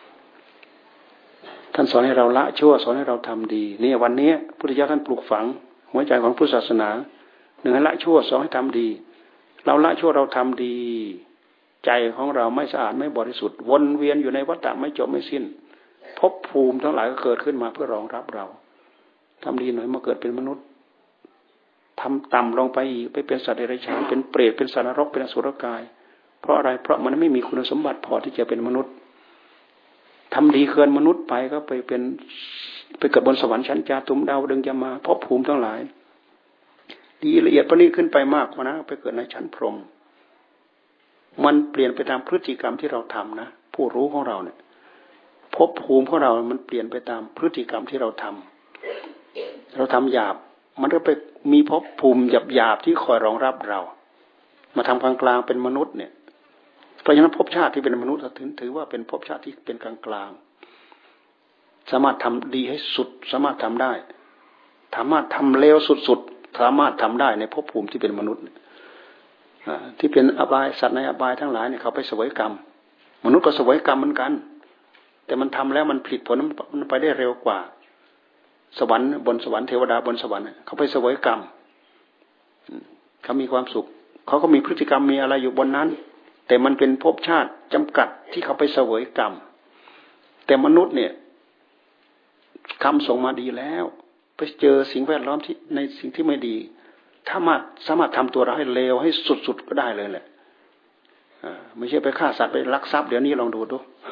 ท่านสอนให้เราละชั่วสอนให้เราทำดีเนี่ยวันนี้พุทธเจ้าท่านปลูกฝังหัวใจของพุทธศาสนาหนึ่งให้ละชั่วสองให้ทำดีเราละชั่วเราทำดีใจของเราไม่สะอาดไม่บริสุทธิ์วนเวียนอยู่ในวัฏฏะไม่จบไม่สิ้นภพภูมิทั้งหลายก็เกิดขึ้นมาเพื่อรองรับเราทำดีหน่อยมาเกิดเป็นมนุษย์ทำต่ำลงไปอีกไปเป็นสัตว์เดรัจฉานเป็นเปรตเป็นสัตว์นรกเป็นอสุรกายเพราะอะไรเพราะมันไม่มีคุณสมบัติพอที่จะเป็นมนุษย์ทำดีเกินมนุษย์ไปก็ไปเกิดบนสวรรค์ชั้นจาตุมดาวดึงยามาภพภูมิทั้งหลายดีละเอียดประณีตขึ้นไปมากกว่านะไปเกิดในชั้นพรหมมันเปลี่ยนไปตามพฤติกรรมที่เราทำนะผู้รู้ของเราเนี่ยภพภูมิของเรามันเปลี่ยนไปตามพฤติกรรมที่เราทำหยาบมันก็ไปมีภพภูมิหยาบที่คอยรองรับเรามาทำกลางๆเป็นมนุษย์เนี่ยเพราะฉะนั้นภพชาติที่เป็นมนุษย์ถือว่าเป็นภพชาติที่เป็นกลางๆสามารถทำดีให้สุดสามารถทำได้สามารถทำเลวสุดๆสามารถทำได้ในภพภูมิที่เป็นมนุษย์ที่เป็นอบายสัตว์ในอบายทั้งหลายเนี่ยเขาไปเสวยกรรมมนุษย์ก็เสวยกรรมเหมือนกันแต่มันทำแล้วมันผลิตผลมันไปได้เร็วกว่าสวรรค์บนสวรรค์เทวดาบนสวรรค์เขาไปเสวยกรรมเขามีความสุขเขาก็มีพฤติกรรมมีอะไรอยู่บนนั้นแต่มันเป็นภพชาติจำกัดที่เขาไปเสวยกรรมแต่มนุษย์เนี่ยคำส่งมาดีแล้วไปเจอสิ่งแวดล้อมที่ในสิ่งที่ไม่ดีสามารถทำตัวเราให้เลวให้สุดๆก็ได้เลยแหละไม่ใช่ไปฆ่าสัตว์ไปลักทรัพย์เดี๋ยวนี้ลองดู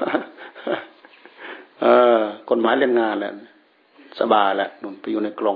กฎหมายเล่นงานแหละสบายแหละนุ่นไปอยู่ในกรง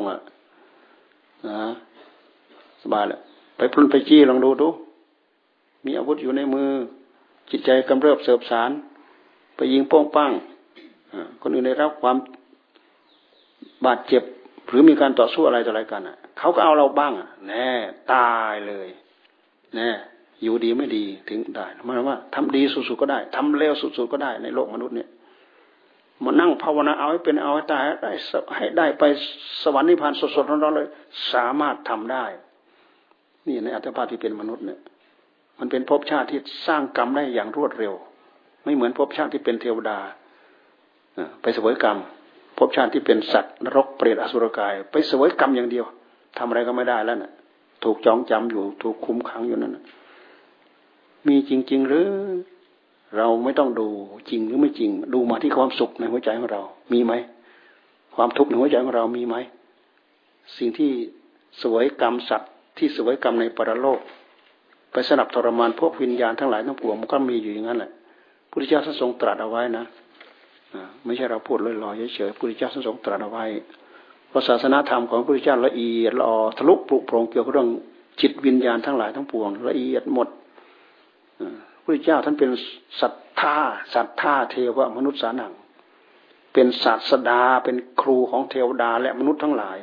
สบายแหละไปพลุนไปจี้ลองดูมีอาวุธอยู่ในมือจิตใจกำเริบเสบสารไปยิงโป้งปังคนอื่นได้รับความบาดเจ็บหรือมีการต่อสู้อะไรต่ออะไรกันเขาก็เอาเราบ้างแน่ตายเลยแน่อยู่ดีไม่ดีถึงได้หมายว่าทำดีสุดๆก็ได้ทำเลวสุดๆก็ได้ในโลกมนุษย์เนี่ยมานั่งภาวนาเอาให้เป็นเอาให้ตายให้ได้ไปสวรรค์นิพพานสดๆร้อนๆเลยสามารถทำได้นี่ในอัตภาพที่เป็นมนุษย์เนี่ยมันเป็นภพชาติที่สร้างกรรมได้อย่างรวดเร็วไม่เหมือนภพชาติที่เป็นเทวดาไปเสวยกรรมภพชาติที่เป็นสัตว์นรกเปรตอสุรกายไปเสวยกรรมอย่างเดียวทำอะไรก็ไม่ได้แล้วน่ะถูกจองจำอยู่ถูกคุมขังอยู่นั่นมีจริงๆหรือเราไม่ต้องดูจริงหรือไม่จริงดูมาที่ความสุขในหัวใจของเรามีไหมความทุกข์ในหัวใจของเรามีไหมสิ่งที่เสวยกรรมสัตว์ที่เสวยกรรมในปรโลกไปสนับทรมานพวกวิญญาณทั้งหลายทั้งปวงมันก็มีอยู่อย่างนั้นแหละพุทธเจ้าทรงตรัสเอาไว้นะไม่ใช่เราพูดลอยๆเฉยๆพระพุทธเจ้าทรงตรัสเอาไว้เพราะศาสนาธรรมของพระพุทธเจ้าละเอียดละออทะลุปลุกโปร่งเกี่ยวกับเรื่องจิตวิญญาณทั้งหลายทั้งปวงละเอียดหมดพระพุทธเจ้าท่านเป็นศรัทธาเทวมนุษย์สานังเป็นศาสดาเป็นครูของเทวดาและมนุษย์ทั้งหลาย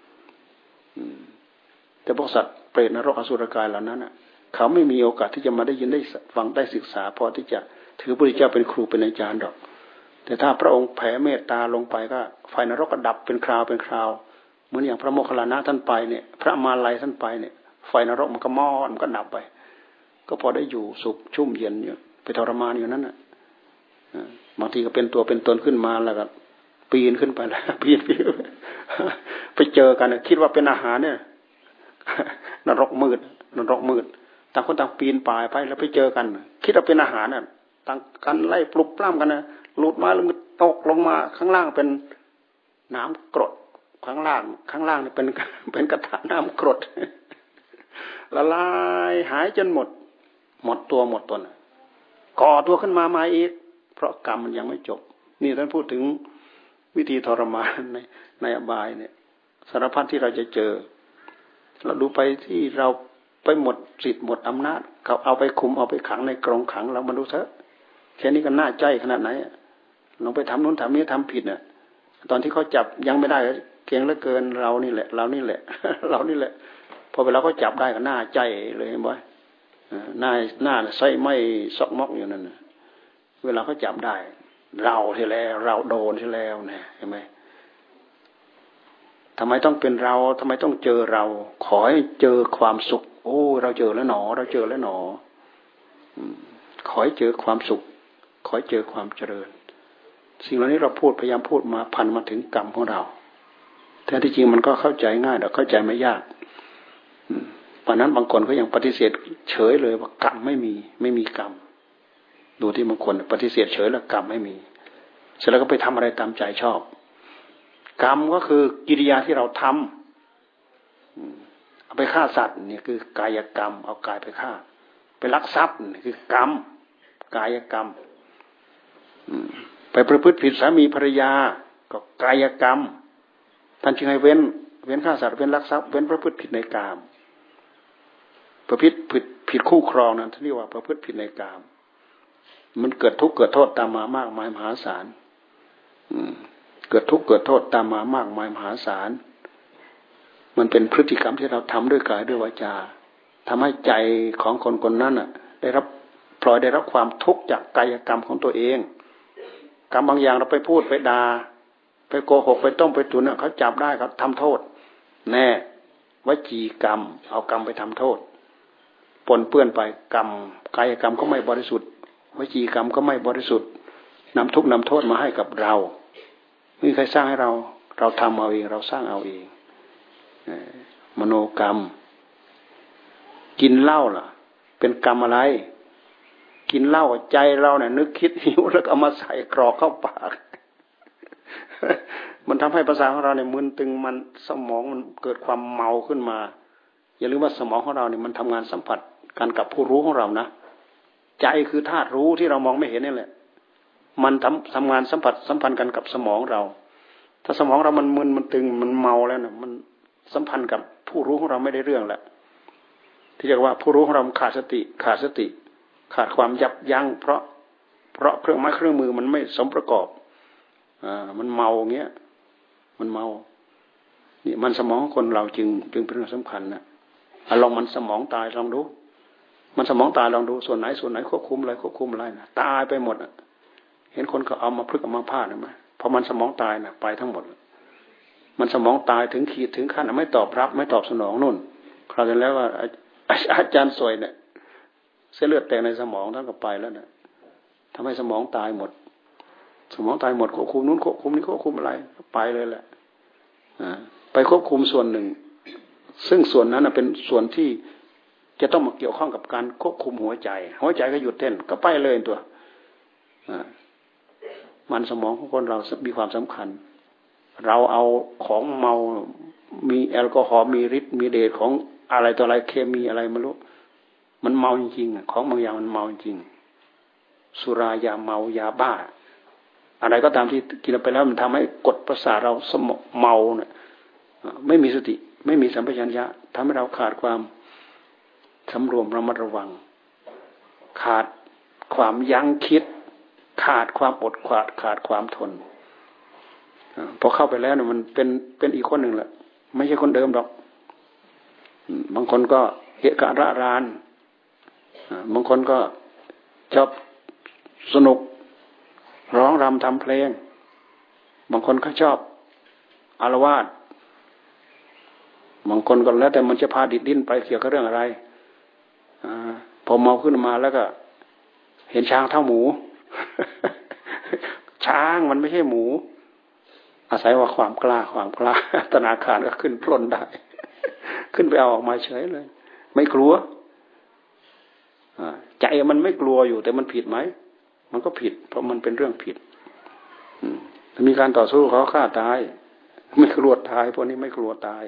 แต่พวกสัตว์เปรตนรกอสุรกายเหล่านั้นเขาไม่มีโอกาสที่จะมาได้ยินได้ฟังได้ศึกษาพอที่จะถือพระพุทธเจ้าเป็นครูเป็นอาจารย์หรอกแต่ถ้าพระองค์แผ่เมตตาลงไปก็ไฟนรกก็ดับเป็นคราวเหมือนอย่างพระโมคคัลลานะท่านไปเนี่ยพระมาลัยท่านไปเนี่ยไฟนรกมันก็มอดมันก็ดับไปก็พอได้อยู่สุขชุ่มเย็นอยู่ไปทรมานอยู่นั้นน่ะบางทีก็เป็นตัวเป็นตนขึ้นมาแล้วก็ปีนขึ้นไปแล้วปีนไปเจอกันคิดว่าเป็นอาหารเนี่ยนรกมืดต่างคนต่างปีนป่ายไปแล้วไปเจอกันคิดว่าเป็นอาหารน่ะต่างกันไล่ปลุกปล้ำกันนะหลุดมาแล้วมันตกลงมาข้างล่างเป็นน้ำกรดข้างล่างนี่เป็นกระทะน้ำกรดละลายหายจนหมดตัวหมดตนก่อตัวขึ้นมาใหม่อีกเพราะกรรมมันยังไม่จบนี่ท่านพูดถึงวิธีทรมานในอบายเนี่ยสารพัดที่เราจะเจอเราดูไปที่เราไปหมดสิทธิ์หมดอำนาจเขาเอาไปคุมเอาไปขังในกรงขังเรามาดูเถอะแค่นี้ก็น่าใจขนาดไหนลองไปทำนู้นทำนี้ทำผิดน่ะตอนที่เขาจับยังไม่ได้เก่งเหลือเกินเรานี่แหละพอเวลาเขาจับได้ก็น่าใจเลยเห็นไหมหน้าใส่ไม่ซอกมอกอยู่นั่นเวลาเขาจับได้เราทีแล้วเราโดนทีแล้วเนี่ยเห็นไหมทำไมต้องเป็นเราทำไมต้องเจอเราขอให้เจอความสุขโอ้เราเจอแล้วหนอขอให้เจอความสุขขอให้เจอความเจริญสิ่งเหล่านี้เราพยายามพูดมาพันมาถึงกรรมของเราแต่ที่จริงมันก็เข้าใจง่ายแต่เข้าใจไม่ยากเพราะนั้นบางคนก็ยังปฏิเสธเฉยเลยว่ากรรมไม่มีกรรมดูที่บางคนปฏิเสธเฉยแล้วกรรมไม่มีเสร็จแล้วก็ไปทำอะไรตามใจชอบกรรมก็คือกิริยาที่เราทำเอาไปฆ่าสัตว์นี่คือกายกรรมเอากายไปฆ่าไปลักทรัพย์นี่คือกรรมกายกรรมไปประพฤติผิดสามีภรรยาก็กายกรรมท่านจึงให้เว้นฆ่าสัตว์เว้นลักทรัพย์เว้นประพฤติผิดในกามประพฤติผิดคู่ครองนั้นท่านเรียกว่าประพฤติผิดในกามมันเกิดทุกข์เกิดโทษตามมามากมายมหาศาลเกิดทุกข์เกิดโทษตามมามากมายมหาศาลมันเป็นพฤติกรรมที่เราทำด้วยกายด้วยวาจาทำให้ใจของคนคนนั้นได้รับความทุกข์จากกายกรรมของตัวเองกรรมบางอย่างเราไปพูดไปด่าไปโกหกไปต้มไปตุ๋นเขาจับได้เขาทำโทษแน่วจีกรรมเอากรรมไปทำโทษปนเปื้อนไปกรรมกายกรรมก็ไม่บริสุทธิ์วจีกรรมก็ไม่บริสุทธิ์นำทุกข์นำโทษมาให้กับเราไม่มีใครสร้างให้เราทำเอาเองเราสร้างเอาเองมโนกรรมกินเหล้าล่ะเป็นกรรมอะไรกินเหล้าใจเราเนี่ยนึกคิดหิวแล้วก็เอามาใส่กรอกเข้าปากมันทำให้ประสาทของเราเนี่ยมึนตึงมันสมองมันเกิดความเมาขึ้นมาอย่าลืมว่าสมองของเราเนี่ยมันทำงานสัมผัสกันกับผู้รู้ของเรานะใจคือธาตุรู้ที่เรามองไม่เห็นนี่แหละมันทำงานสัมพันธ์กันกับสมองเราถ้าสมองเรามันมึนมันตึงมันเมาแล้วนะมันสัมพันธ์กับผู้รู้ของเราไม่ได้เรื่องแล้วที่เรียกว่าผู้รู้ของเราขาดสติขาดความยับยั้งเพราะเครื่องไม้เครื่องมือมันไม่สมประกอบมันเมาอย่างเงี้ยมันเมานี่มันสมองของคนเราจึงเป็นเรื่องสำคัญนะลองมันสมองตายลองดูมันสมองตายลองดูส่วนไหนควบคุมอะไรนะตายไปหมดเห็นคนเขาเอามาพลึกเอามาพาดไหมพอมันสมองตายนะไปทั้งหมดมันสมองตายถึงขีดถึงขั้นไม่ตอบรับไม่ตอบสนองนู่นคราวที่แล้วว่าอาจารย์สวยเนี่ยเส้นเลือดแตกในสมองท่านก็ไปแล้วนะทำให้สมองตายหมดควบคุมนู้นควบคุมนี้ควบคุมอะไรไปเลยแหละไปควบคุมส่วนหนึ่งซึ่งส่วนนั้นเป็นส่วนที่จะต้องมาเกี่ยวข้องกับการควบคุมหัวใจก็หยุดเต้นก็ไปเลยตัวมันสมองของคนเรามีความสำคัญเราเอาของเมามีแอลกอฮอล์มีฤทธิ์มีเดชของอะไรต่ออะไรเคมีอะไรไม่รู้มันเมาจริงๆของบางอย่างมันเมาจริงสุรายาเมายาบ้าอะไรก็ตามที่กินไปแล้วมันทำให้กดประสาทเราสมองเมาเนี่ยไม่มีสติไม่มีสัมปชัญญะทำให้เราขาดความสำรวมระมัดระวังขาดความยั้งคิดขาดความอดขาดความทนพอเข้าไปแล้วเนี่ยมันเป็นอีกคนหนึ่งแหละไม่ใช่คนเดิมหรอกบางคนก็เอะกะระรานบางคนก็ชอบสนุกร้องรำทำเพลงบางคนก็ชอบอาละวาดบางคนก็แล้วแต่มันจะพาดิดดิ้นไปเกี่ยวกับเรื่องอะไรพอเมาขึ้นมาแล้วก็เห็นช้างเท่าหมู ช้างมันไม่ใช่หมูอาศัยว่าความกล้าธนาคารก็ขึ้นปล้นได้ ขึ้นไปเอาออกมาเฉยเลยไม่กลัวใจมันไม่กลัวอยู่แต่มันผิดไหมมันก็ผิดเพราะมันเป็นเรื่องผิดมีการต่อสู้เขาฆ่าตายไม่กลัวตายพวกนี้ไม่กลัวตาย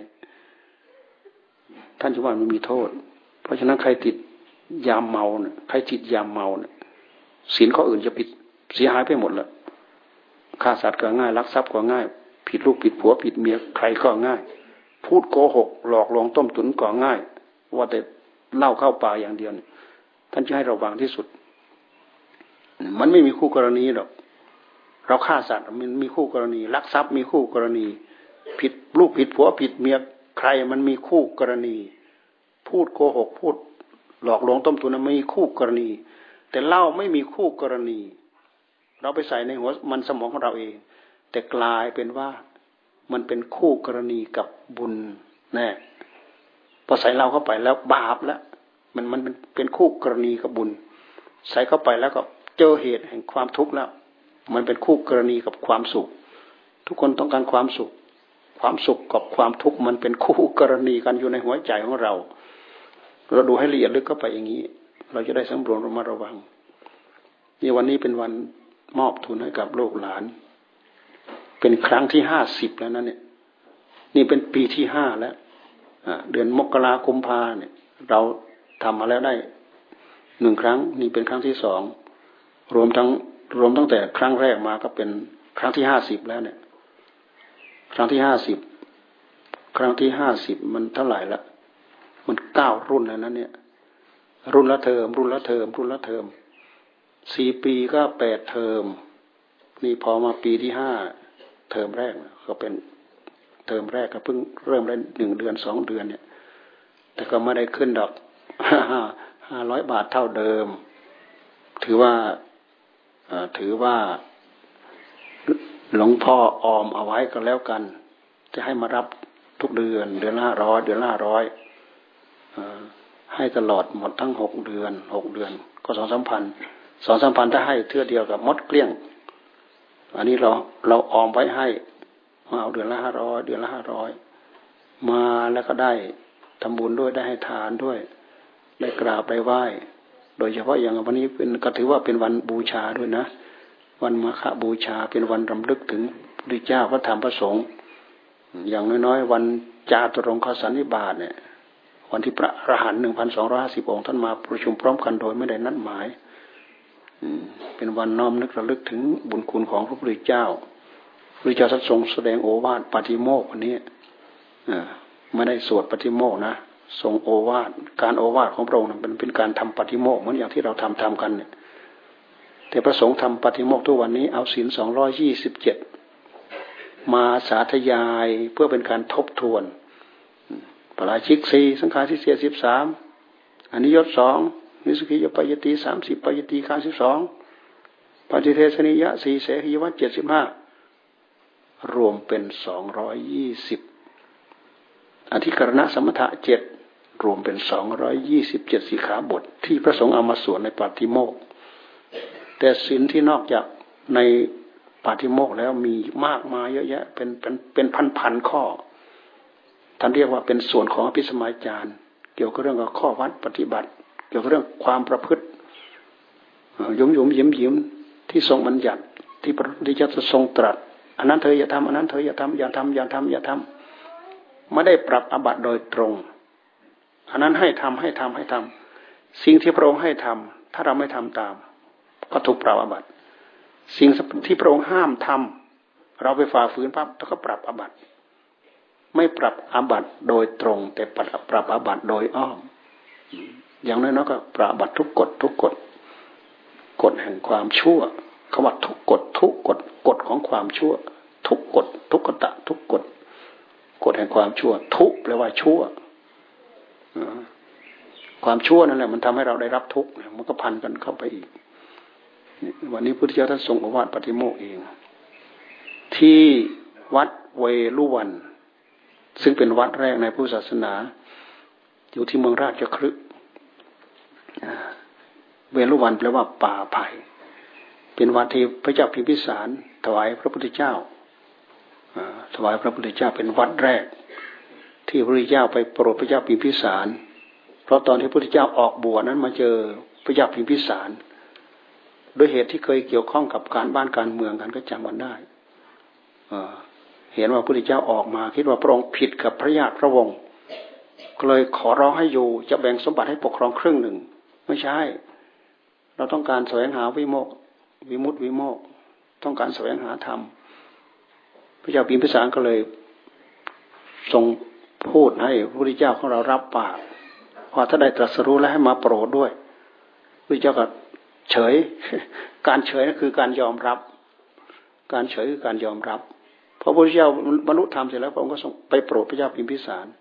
ท่านจะว่ามันมีโทษเพราะฉะนั้นใครติดยามเมาเนี่ยใครติดยามเมาเนี่ยศีลข้ออื่นจะผิดเสียหายไปหมดแล้วฆ่าสัตว์ก็ง่ายลักทรัพย์ก็ง่ายผิดลูกผิดผัวผิดเมียใครก็ง่ายพูดโกหกหลอกลวงต้มตุ๋นก็ง่ายว่าแต่เล่าเข้าปากอย่างเดียวเนี่ยท่านจะให้ระวังที่สุดมันไม่มีคู่กรณีหรอกเราฆ่าสัตว์มันมีคู่กรณีลักทรัพย์มีคู่กรณีผิดลูกผิดผัวผิดเมียใครมันมีคู่กรณีพูดโกหกพูดหลอกลวงต้มตุ๋นมีคู่กรณีแต่เล่าไม่มีคู่กรณีเราไปใส่ในหัวมันสมองของเราเองแต่กลายเป็นว่ามันเป็นคู่กรณีกับบุญแน่พอใส่เราเข้าไปแล้วบาปแล้วมันเป็นคู่กรณีกับบุญใส่เข้าไปแล้วก็เจอเหตุแห่งความทุกข์แล้วมันเป็นคู่กรณีกับความสุขทุกคนต้องการความสุขกับความทุกข์มันเป็นคู่กรณีกันอยู่ในหัวใจของเราดูให้ละเอียดลึกเข้าไปอย่างนี้เราจะได้สำรวมระมัดระวังนี่วันนี้เป็นวันมอบทุนให้กับลูกหลานเป็นครั้งที่50แล้วนั่นเนี่ยนี่เป็นปีที่5แล้วเดือนมกราคมพาเนี่ยเราทำมาแล้วได้1ครั้งนี่เป็นครั้งที่2รวมตั้งแต่ครั้งแรกมาก็เป็นครั้งที่50แล้วเนี่ยครั้งที่50มันเท่าไหร่ละมัน9รุ่นแล้วนั้นเนี่ยรุ่นละเทอม4ปีก็8เทอมนี่พอมาปีที่5เทอมแรกก็เป็นเทอมแรกก็เพิ่งเริ่มได้1เดือน2เดือนเนี่ยแต่ก็ไม่ได้ขึ้นดอก500 บาทเท่าเดิมถือว่าหลวงพ่อออมเอาไว้ก็แล้วกันจะให้มารับทุกเดือนเดือนละ500เดือนละ500ให้ตลอดหมดทั้ง6เดือนก็ 2-3 พันถ้าให้เทื่อเดียวกับมดเกลี้ยงอันนี้เราออมไว้ให้เอาเดือนละ500เดือนละ500มาแล้วก็ได้ทำบุญด้วยได้ให้ทานด้วยได้กราบได้ไหว้โดยเฉพาะอย่างวันนี้ก็ถือว่าเป็นวันบูชาด้วยนะวันมาฆบูชาเป็นวันรำลึกถึงพระพุทธเจ้าพระธรรมพระสงฆ์อย่างน้อยๆวันจาตุรงคสันนิบาตเนี่ยวันที่พระอรหันต์ 1,250 องค์ท่านมาประชุมพร้อมกันโดยไม่ได้นัดหมายเป็นวันน้อมนึกระลึกถึงบุญคุณของพระพุทธเจ้าพระพุทธเจ้าทรงแสดงโอวาทปาฏิโมกข์วันนี้ไม่ได้สวดปาฏิโมกข์นะทรงโอวาทการโอวาทของพระองค์มันเป็นการทำปาฏิโมกข์เหมือนอย่างที่เราทำกันเนี่ยแต่พระสงฆ์ทำปาฏิโมกข์ทุกวันนี้เอาศีล227มาสาธยายเพื่อเป็นการทบทวนปราชิก4สังฆาทิเศษ13อนิยต2นิสกิยปยติ30ปยติ52ปฏิเทศนิยะ4เสหิยวัต75รวมเป็น220อธิกรณสมถะ7รวมเป็น227สิกขาบทที่พระสงฆ์เอามาสวดในปาฏิโมกข์แต่ศีลที่นอกจากในปาฏิโมกข์แล้วมีมากมายเยอะแยะเป็นพันข้อท่านเรียกว่าเป็นส่วนของอภิสมัยจารย์เกี่ยวกับเรื่องกับข้อวัดปฏิบัติเกี่ยวกับเรื่องความประพฤติยิ้มที่ทรงบัญญัติที่พระพุทธเจ้าทรงตรัสอันนั้นเธออย่าทำอันนั้นเธออย่าทำอย่าทำไม่ได้ปรับอาบัติโดยตรงอันนั้นให้ทำสิ่งที่พระองค์ให้ทำถ้าเราไม่ทำตามก็ถูกปรับอาบัติสิ่งที่พระองค์ห้ามทำเราไปฝ่าฝืนปั๊บแล้วก็ปรับอาบัติไม่ปรับอาบัติโดยตรงแต่ปรับอาบัติโดยอ้อมอย่างน้อยๆก็ปรับอาบัติทุกกฎกฎแห่งความชั่วคำว่าทุกกฎของความชั่วทุกกฎทุกขตะทุกกฎแห่งความชั่วทุแปลว่าชั่วความชั่วนั่นแหละมันทำให้เราได้รับทุกข์มันก็พันกันเข้าไปอีกวันนี้พุทธเจ้าท่านทรงโอวาทปฏิโมกข์เองที่วัดเวลุวันซึ่งเป็นวัดแรกในพุทธศาสนาอยู่ที่เมืองราชคฤห์เวลุวันแปลว่าป่าไผ่เป็นวัดที่พระเจ้าพิมพิสารถวายพระพุทธเจ้าถวายพระพุทธเจ้าเป็นวัดแรกที่พระพุทธเจ้าไปโปรดพระเจ้าพิมพิสารเพราะตอนที่พระพุทธเจ้าออกบวชนั้นมาเจอพระเจ้าพิมพิสารโดยเหตุที่เคยเกี่ยวข้องกับการบ้านการเมืองกันก็จำกันได้เห็นว่าพระพุทธเจ้าออกมาคิดว่าพระองค์ผิดกับพระญาติพระวงศ์ก็เลยขอร้องให้อยู่จะแบ่งสมบัติให้ปกครองครึ่งหนึ่งไม่ใช่เราต้องการแสวงหาวิโมกข์วิมุตติวิโมกข์ต้องการแสวงหาธรรมพระเจ้าพิมพิสารก็เลยทรงพูดให้พระพุทธเจ้าของเรารับปากว่าถ้าได้ตรัสรู้แล้วให้มาโปรดด้วยพระพุทธเจ้าก็เฉยการเฉยนั่นคือการยอมรับการเฉยคือการยอมรับพอพระพุทธเจ้าบรรลุธรรมเสร็จแล้วพระองค์ก็ส่งไปโปรดพระเจ้าพิมพิสาร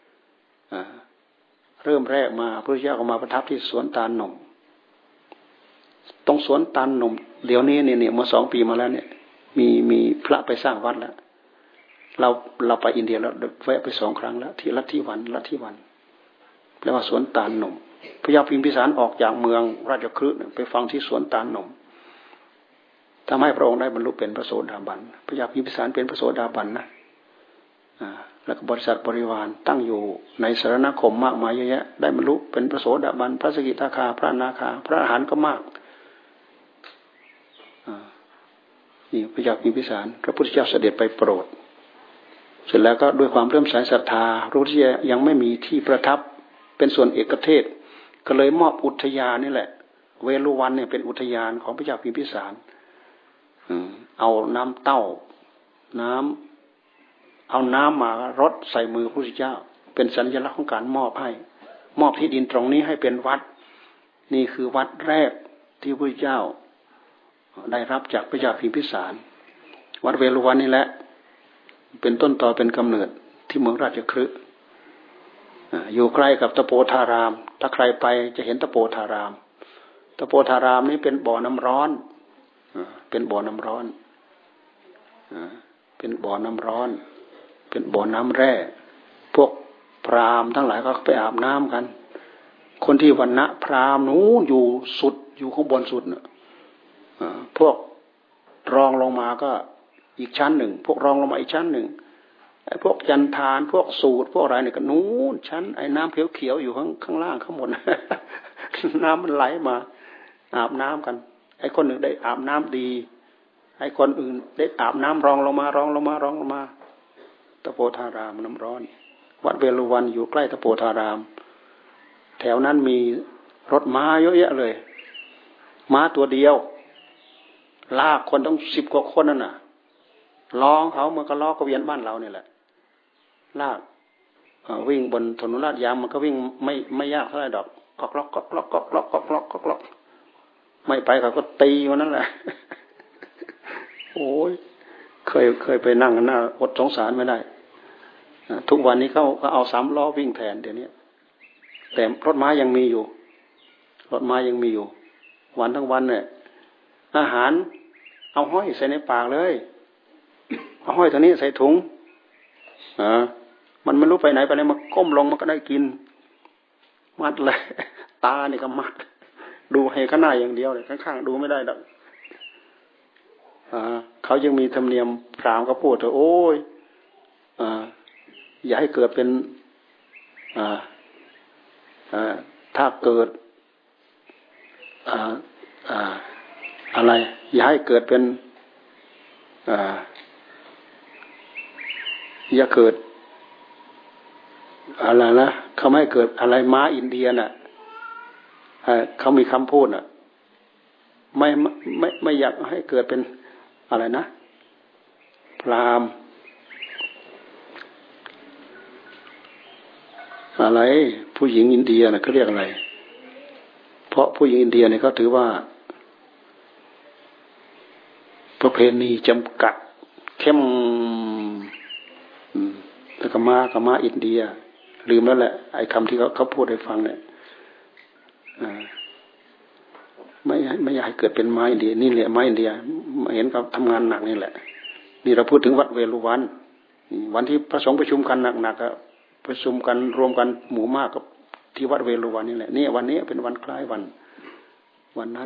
เริ่มแรกมาพระพุทธเจ้าก็มาประทับที่สวนตาลหนุ่มตรงสวนตาลหนุ่มเดี๋ยวนี้เนี่ยมา2 ปีมาแล้วเนี่ยมีพระไปสร้างวัดแล้วเราไปอินเดียแล้วแวะไป2 ครั้งแล้วที่ลัทธิวันแปลว่าสวนตาลหนุ่มพระเจ้าพิมพิสารออกจากเมืองราชคฤห์ไปฟังที่สวนตาลหนุ่มทำให้พระองค์ได้บรรลุเป็นพระโสดาบันพระเจ้าพิมพิสารเป็นพระโสดาบันนะแล้วก็บริษัทบริวารตั้งอยู่ในสารณคมมากมายเยอะแยะได้บรรลุเป็นพระโสดาบันพระสกิทาคาพระอนาคาพระอรหันต์ก็มากนี่พระเจ้าพิมพิสารพระพุทธเจ้าเสด็จไปโปรดเสร็จแล้วก็ด้วยความเริ่มใสศรัทธาพระพุทธเจ้ายังไม่มีที่ประทับเป็นส่วนเอกเทศก็เลยมอบอุทยานนี่แหละเวลุวันเนี่ยเป็นอุทยานของพระเจ้าพิมพิสารเอาน้ำเต้าเอาน้ำมารดใส่มือพระพุทธเจ้าเป็นสัญลักษณ์ของการมอบที่ดินตรงนี้ให้เป็นวัดนี่คือวัดแรกที่พระพุทธเจ้าได้รับจากพระเจ้าพิมพิสารวัดเวลุวันนี่แหละเป็นต้นตอเป็นกำเนิดที่เมืองราชคฤห์อยู่ใกล้กับตะโปธารามถ้าใครไปจะเห็นตะโปธารามนี้เป็นบ่อน้ำร้อนเป็นบ่อน้ำร้อนเป็นบ่อน้ำร้อนเป็นบ่อน้ำแร่พวกพราหมณ์ทั้งหลายก็ไปอาบน้ำกันคนที่วรรณะพราหมณ์นู้นอยู่สุดอยู่ข้างบนสุดน่ะพวกรองลงมาก็อีกชั้นหนึ่งพวกรองลงมาอีกชั้นหนึ่งไอ้พวกจันทานพวกสูตรพวกอะไรเนี่ยก็นู้นชั้นไอ้น้ำเขียวๆอยู่ข้างล่างข้างบน น้ำมันไหลมาอาบน้ำกันไอ้คนหนึ่งได้อาบน้ำดีไอ้คนอื่นได้อาบน้ำรองลงมาตะโปธารามน้ำร้อนวัดเวลุวันอยู่ใกล้ตะโปธารามแถวนั้นมีรถม้าเยอะแยะเลยม้าตัวเดียวลากคนต้อง10 กว่าคนนั่นน่ะล้อเขามันก็ล้อกระเวียนบ้านเราเนี่ยแหละลากวิ่งบนถนนลาดยางมันก็วิ่งไม่ยากเท่าไหร่ดอกก๊อกล็อกไม่ไปเขาก็ตีมันนั่นแหละโอ้ยเคยไปนั่งกันน่าอดสงสารไม่ได้ทุกวันนี้เขาเอา3 ล้อวิ่งแทนเดี๋ยวนี้แต่รถม้ายังมีอยู่วันทั้งวันเนี่ยอาหารเอาห้อยใส่ในปากเลยเอาห้อยตัวนี้ใส่ถุงมันไม่รู้ไปไหนมาก้มลงมันก็ได้กินมัดเลยตานี่ก็มัดดูให้ข้างหน้าอย่างเดียวเลยข้างๆดูไม่ได้ดอกเขายังมีธรรมเนียมพราหมณ์ก็พูดเถอะโอ้ยอย่าให้เกิดเป็นถ้าเกิดอะไรอย่าให้เกิดเป็นอย่าเกิดอะไรนะเขาไม่ให้เกิดอะไรม้าอินเดียน่ะเขามีคำพูดน่ะไม่อยากให้เกิดเป็นอะไรนะพราหมณ์อะไรผู้หญิงอินเดียนะเขาเรียกอะไรเพราะผู้หญิงอินเดียเนี่ยเขาถือว่าประเพณีจำกัดเข้มแต่กมาอินเดียลืมแล้วแหละไอ้คำที่เขาพูดให้ฟังเนี่ยไม่อยากให้เกิดเป็นไม้อินเดียนี่แหละไม้อินเดียเห็นเขาทำงานหนักนี่แหละนี่เราพูดถึงวัดเวรุวันวันที่พระสงฆ์ประชุมกันหนักๆก็ประชุมกันรวมกันหมู่มากกับที่วัดเวรุวันนี่แหละนี่วันนี้เป็นวันคล้ายวันนั้น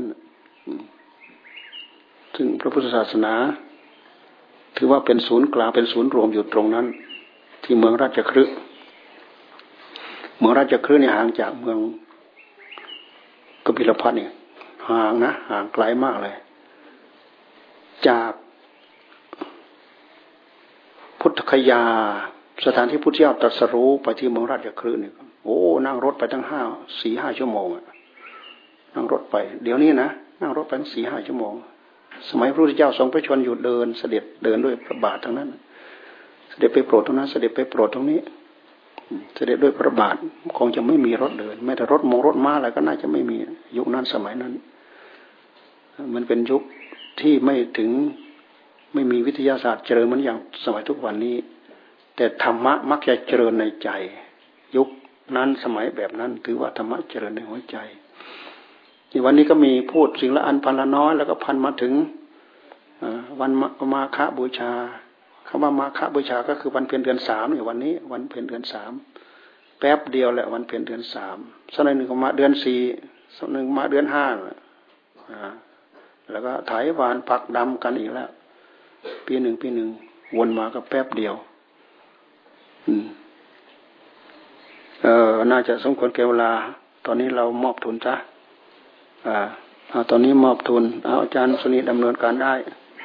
ซึ่งพระพุทธศาสนาถือว่าเป็นศูนย์กลางเป็นศูนย์รวมอยู่ตรงนั้นที่เมืองราชคฤห์เมืองราชคฤห์เนี่ยห่างจากเมืองกบิลพัสดุเนี่ยห่างนะห่างไกลมากเลยจากพุทธคยาสถานที่พุทธเจ้าตรัสรู้ไปที่เมืองราชคฤห์เนี่ยโอ้นั่งรถไปตั้ง4-5 ชั่วโมงนั่งรถไปเดี๋ยวนี้นะนั่งรถไปตั้ง4-5 ชั่วโมงสมัยพระพุทธเจ้าทรงพระชนอยู่เดินเสด็จเดินด้วยพระบาททั้งนั้นเสด็จไปโปรดตรงนั้นเสด็จไปโปรดตรงนี้เสด็จด้วยพระบาทคงจะไม่มีรถเดินแม้แต่รถม้าอะไรก็น่าจะไม่มียุคนั้นสมัยนั้นมันเป็นยุคที่ไม่มีวิทยาศาสตร์เจริญเหมือนอย่างสมัยทุกวันนี้แต่ธรรมะมักจะเจริญในใจยุคนั้นสมัยแบบนั้นถือว่าธรรมะเจริญในหัวใจวันนี้ก็มีพูดสิ่งละอันพันละน้อยแล้วก็พันมาถึงวันมาฆบูชาคำว่ามาฆบูชาก็คือวันเพ็ญเดือน3เนี่ยวันนี้วันเพ็ญเดือน3แป๊บเดียวแหละวันเพ็ญเดือน3สักหนึ่งก็มาเดือน4สักหนึ่งมาเดือน5แล้วก็ไถหวานผักดำกันอีกแล้วปีหนึ่งวนมาก็แป๊บเดียวน่าจะสมควรแก่เวลาตอนนี้เรามอบทุนจ้ะตอนนี้มอบทุนเอาอาจารย์สุนีดำเนินการได้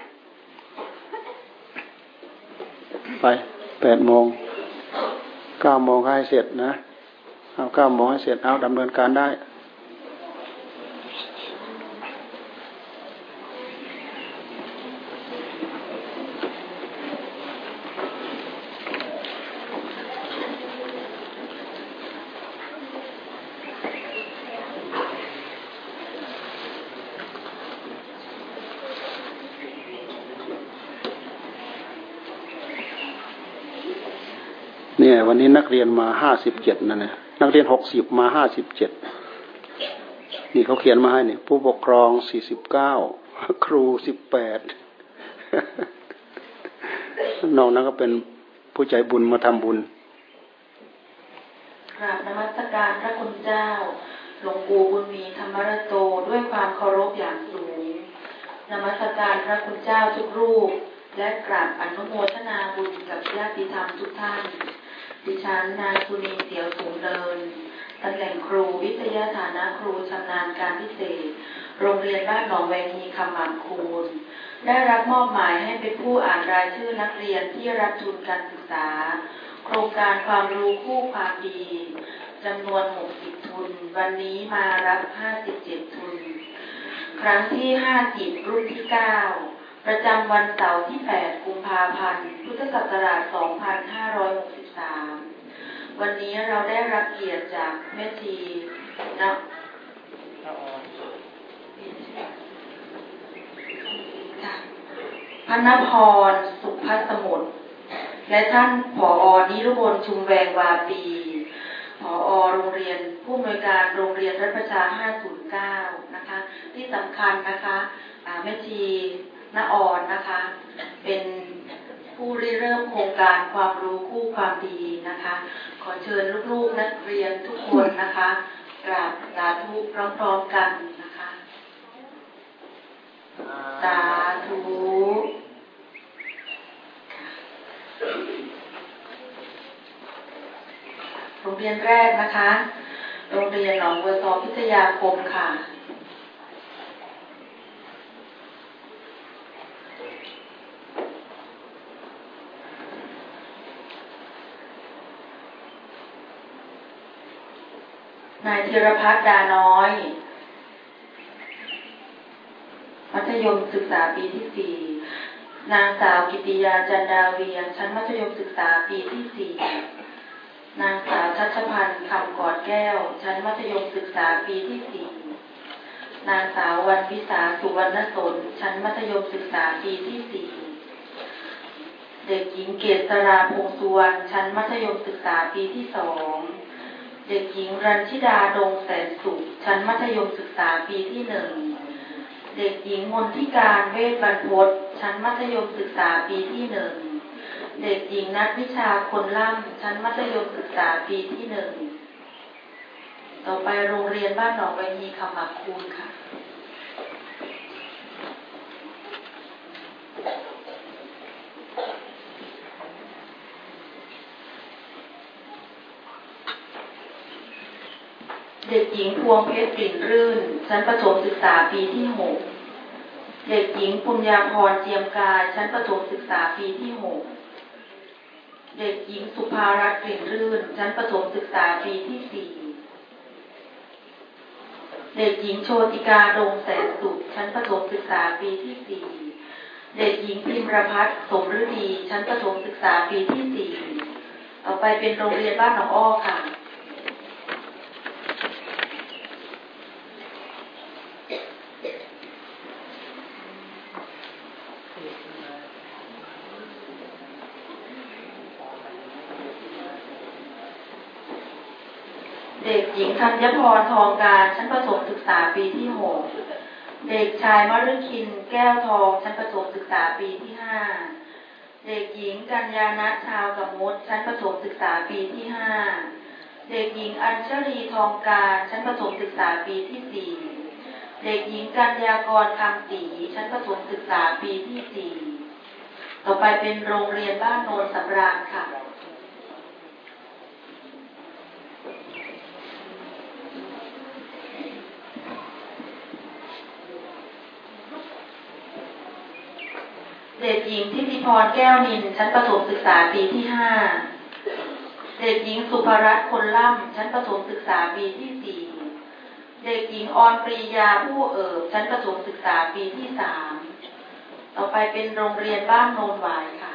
ไป8 โมง 9 โมงให้เสร็จนะเอา9 โมงให้เสร็จเอาดำเนินการได้เนี่ยวันนี้นักเรียนมา57นั่นนะนักเรียน60มา57นี่เขาเขียนมาให้เนี่ยผู้ปกครอง49ครู18น้องนั้นก็เป็นผู้ใจบุญมาทำบุญ
กราบนมัสการพระคุณเจ้าหลวงปู่บุญมีธรรมรโตด้วยความเคารพอย่างสูงนมัสการพระคุณเจ้าทุกรูปและกราบอนุโมทนาบุญกับญาติธรรมทุกท่านดิฉันนางสุนีเสียวสูงเนินตำแหน่งครูวิทยาฐานะครูชำนาญการพิเศษโรงเรียนบ้านหนองแวงฮีคำหมากคูนได้รับมอบหมายให้เป็นผู้อ่านรายชื่อนักเรียนที่รับทุนการศึกษาโครงการความรู้คู่ความดีจำนวน60 ทุนวันนี้มารับ57 ทุนครั้งที่50รุ่นที่9ประจำวันเสาร์ที่8 กุมภาพันธ์พุทธศักราช 2563วันนี้เราได้รับเกียรติจากแม่ชีพนพรสุภสมุทรและท่านผอ.นิรุบลชุมแวงวาปีผอ.โรงเรียนผู้อำนวยการโรงเรียนรัฐประชา509นะคะที่สำคัญนะคะแม่ชีณออนนะคะเป็นผู้เริ่มโครงการความรู้คู่ความดีนะคะขอเชิญลูกๆนักเรียนทุกคนนะคะกราบสาธุพร้อมๆกันนะคะสาธุโรงเรียนแรกนะคะโรงเรียนหนองบัวซอพิทยาคมค่ะนายธีรพัฒน์ดาน้อยธยมศึกษาปีที่ 4นางสาวกิติยาจันดาเวียงชั้นมัธยมศึกษาปีที่ 4นางสาวชัชพันธ์คำกอดแก้วชั้นมัธยมศึกษาปีที่ 4นางสาววรรณวิสาสุวรรณสนชั้นมัธยมศึกษาปีที่ 4เด็กหญิงเกษราพงษ์สุวรรณชั้นมัธยมศึกษาปีที่ 2เด็กหญิงรัญชิดาดงแสนสุขชั้นมัธยมศึกษาปีที่ 1เด็กหญิงมนทิการเวชบรรพตชั้นมัธยมศึกษาปีที่ 1เด็กหญิงนัทวิชาคนล่ำชั้นมัธยมศึกษาปีที่ 1ต่อไปโรงเรียนบ้านหนองใบมีคำมักคูณค่ะเด็กหญิงพวงเพชรกลิ่นรื่นชั้นประถมศึกษาปีที่ 6เด็กหญิงปุญญาพรเจียมกายชั้นประถมศึกษาปีที่ 6เด็กหญิงสุภารัตน์กลิ่นรื่นชั้นประถมศึกษาปีที่ 4เด็กหญิงโชติกาดงแสนสุขชั้นประถมศึกษาปีที่ 4เด็กหญิงพิมรพัฒน์สมฤดีชั้นประถมศึกษาปีที่ 4ต่อไปเป็นโรงเรียนบ้านหนองอ้อค่ะเด็กหญิงธัญพรทองการชั้นประถมศึกษาปีที่ 6เด็กชายมฤคินแก้วทองชั้นประถมศึกษาปีที่ 5เด็กหญิงกัญญาณชาวกมลชั้นประถมศึกษาปีที่ 5เด็กหญิงอัญชลีทองการชั้นประถมศึกษาปีที่ 4เด็กหญิงกัญญากรคำศรีชั้นประถมศึกษาปีที่ 4ต่อไปเป็นโรงเรียนบ้านโนนสำราญค่ะเด็กหญิงทิติพรแก้วนินชั้นประถมศึกษาปีที่ 5เด็กหญิงสุภรัตน์คนล่ำชั้นประถมศึกษาปีที่ 4เด็กหญิงออนปรียาผู้เอิบชั้นประถมศึกษาปีที่ 3ต่อไปเป็นโรงเรียนบ้านโนนหวายค่ะ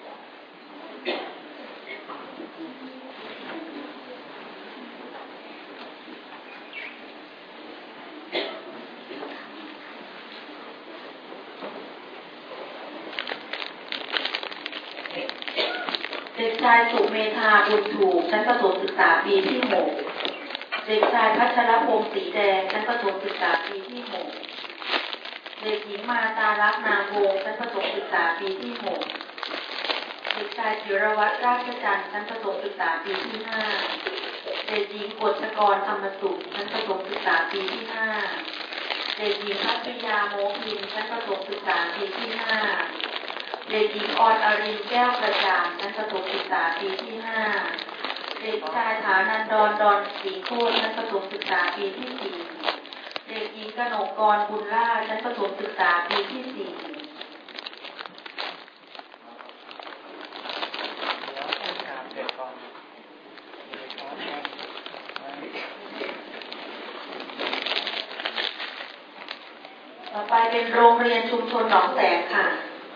เด็กชายสุเมธาบุญถูกชั้นประถมศึกษาปีที่ 6เด็กชายพัชรพงศ์สีแดงชั้นประถมศึกษาปีที่ 6เด็กหญิงมาตาลักษณ์นามวงศ์ชั้นประถมศึกษาปีที่ 6เด็กชายจิรวัตรราชจันทร์ชั้นประถมศึกษาปีที่ 5เด็กหญิงกฤษกรธรรมสุขชั้นประถมศึกษาปีที่ 5เด็กหญิงพัชยาโมพินชั้นประถมศึกษาปีที่ 5เด็กหญิงออนอรินแก้วกระจ่างชั้นประถมศึกษาปีที่ 5เด็กชายฐานันดรดอนศรีโคตรชั้นประถมศึกษาปีที่ 4เด็กหญิงกนกกรบุญล่าชั้นประถมศึกษาปีที่ 4ต่อไปเป็นโรงเรียนชุมชนหนองแสงค่ะ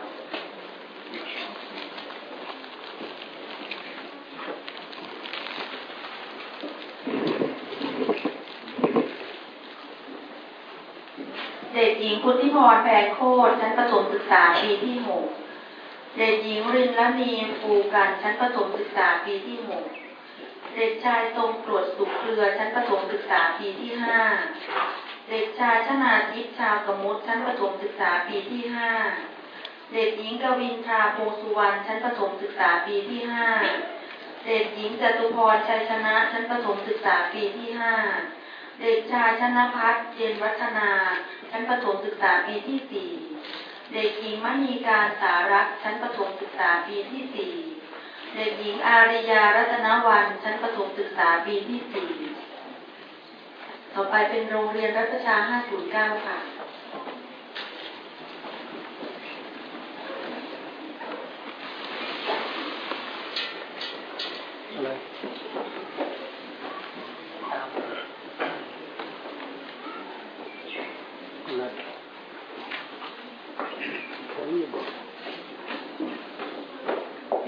เด็กหญิงพุทธิพรแพงโคตรชั้นประถมศึกษาปีที่ 6เด็กหญิงรินละนีฟูกันชั้นประถมศึกษาปีที่ 6เด็กชายทรงตรวจสุขเครือชั้นประถมศึกษาปีที่ 5เด็กชายชนาทิพย์ชาวกมุตชั้นประถมศึกษาปีที่ 5เด็กหญิงกวินทราโพสุวรรณชั้นประถมศึกษาปีที่ 5เด็กหญิงจตุพรชัยชนะชั้นประถมศึกษาปีที่ 5เด็กชายชนภัทรเจนวัฒนาชั้นประถมศึกษาปีที่ 4เด็กหญิงมณีการสารักษ์ชั้นประถมศึกษาปีที่ 4เด็กหญิงอาริยารัตนวรรณชั้นประถมศึกษาปีที่ 4ต่อไปเป็นโรงเรียนรัตชา509ค่ะ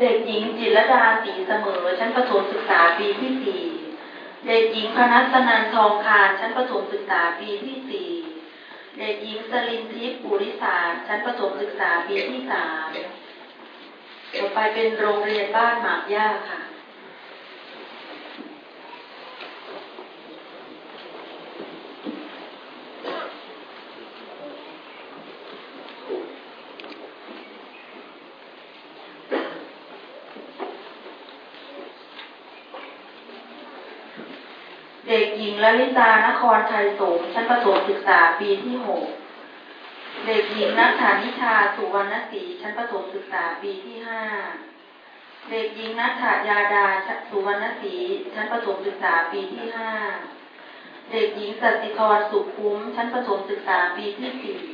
เด็กหญิงจิรดาศรีเสมอชั้นประถมศึกษาปีที่ 4เด็กหญิงพนัสนันทองคารชั้นประถมศึกษาปีที่ 4เด็กหญิงสลินทิพย์ปุริศาสตร์ชั้นประถมศึกษาปีที่ 3ต่อไปเป็นโรงเรียนบ้านหมากย่าค่ะเด็กหญิงลลิตานครไทยสงฆ์ชั้นประถมศึกษาปีที่ 6เด็กหญิงนัทธานิชาสุวรรณศรีชั้นประถมศึกษาปีที่ 5เด็กหญิงนัทธายาดาสุวรรณศรีชั้นประถมศึกษาปีที่ 5เด็กหญิงสัตติธรสุขคุ้มชั้นประถมศึกษาปีที่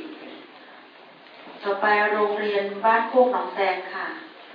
4ต่อไปโรงเรียนบ้านโคกหนองแซงค่ะ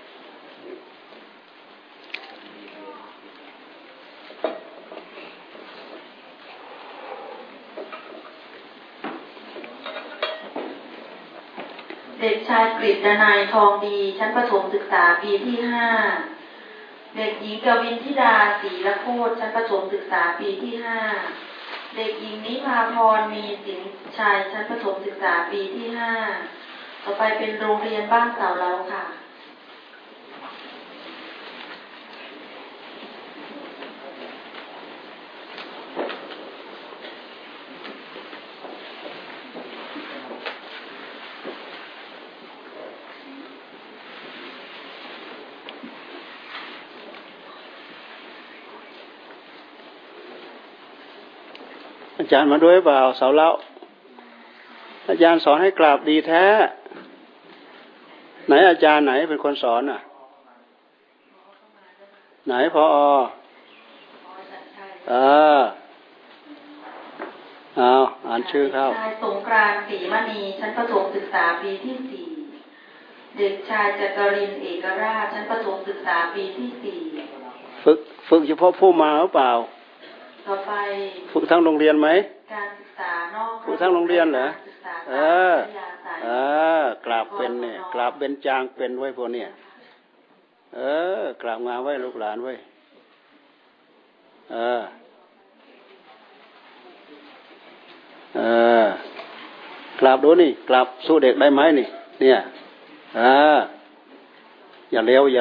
เด็กชายกฤษณัยทองดีชั้นประถมศึกษาปีที่ 5เด็กหญิงกวินธิดาศรีละโคตรชั้นประถมศึกษาปีที่ 5เด็กหญิงนิพาพรมีสินชัยชั้นประถมศึกษาปีที่ 5ต่อไปเป็นโรงเรียนบ้านเสาเล้าค่ะ
อาจารย์มาด้วยเปล่าเสาเล้าอาจารย์สอนให้กราบดีแท้ไหนอาจารย์ไหนเป็นคนสอนอ่ะไหนพออ่านชื่อเข้า
ชายสงกรานต์ศรีมณีชั้นประถมศึกษาปีที่ 4เด็กชายจักรินทร์เอกราชชั้นประถมศึกษาปีที่ 4
ฝึกเฉพาะผู้มาหรือเปล่า
ต่อไป
ฝึกทั้งโรงเรียนไหม
การศึกษานอก
ฝึกทั้งโรงเรียนเหรอกราบเป็นเนี่ยกราบเป็นจางเป็นไว้พวกเนี่ยกราบงามไว้ลูกหลานไว้กราบดูนี่กราบสู้เด็กได้ไหมนี่เนี่ยอย่าเร็ว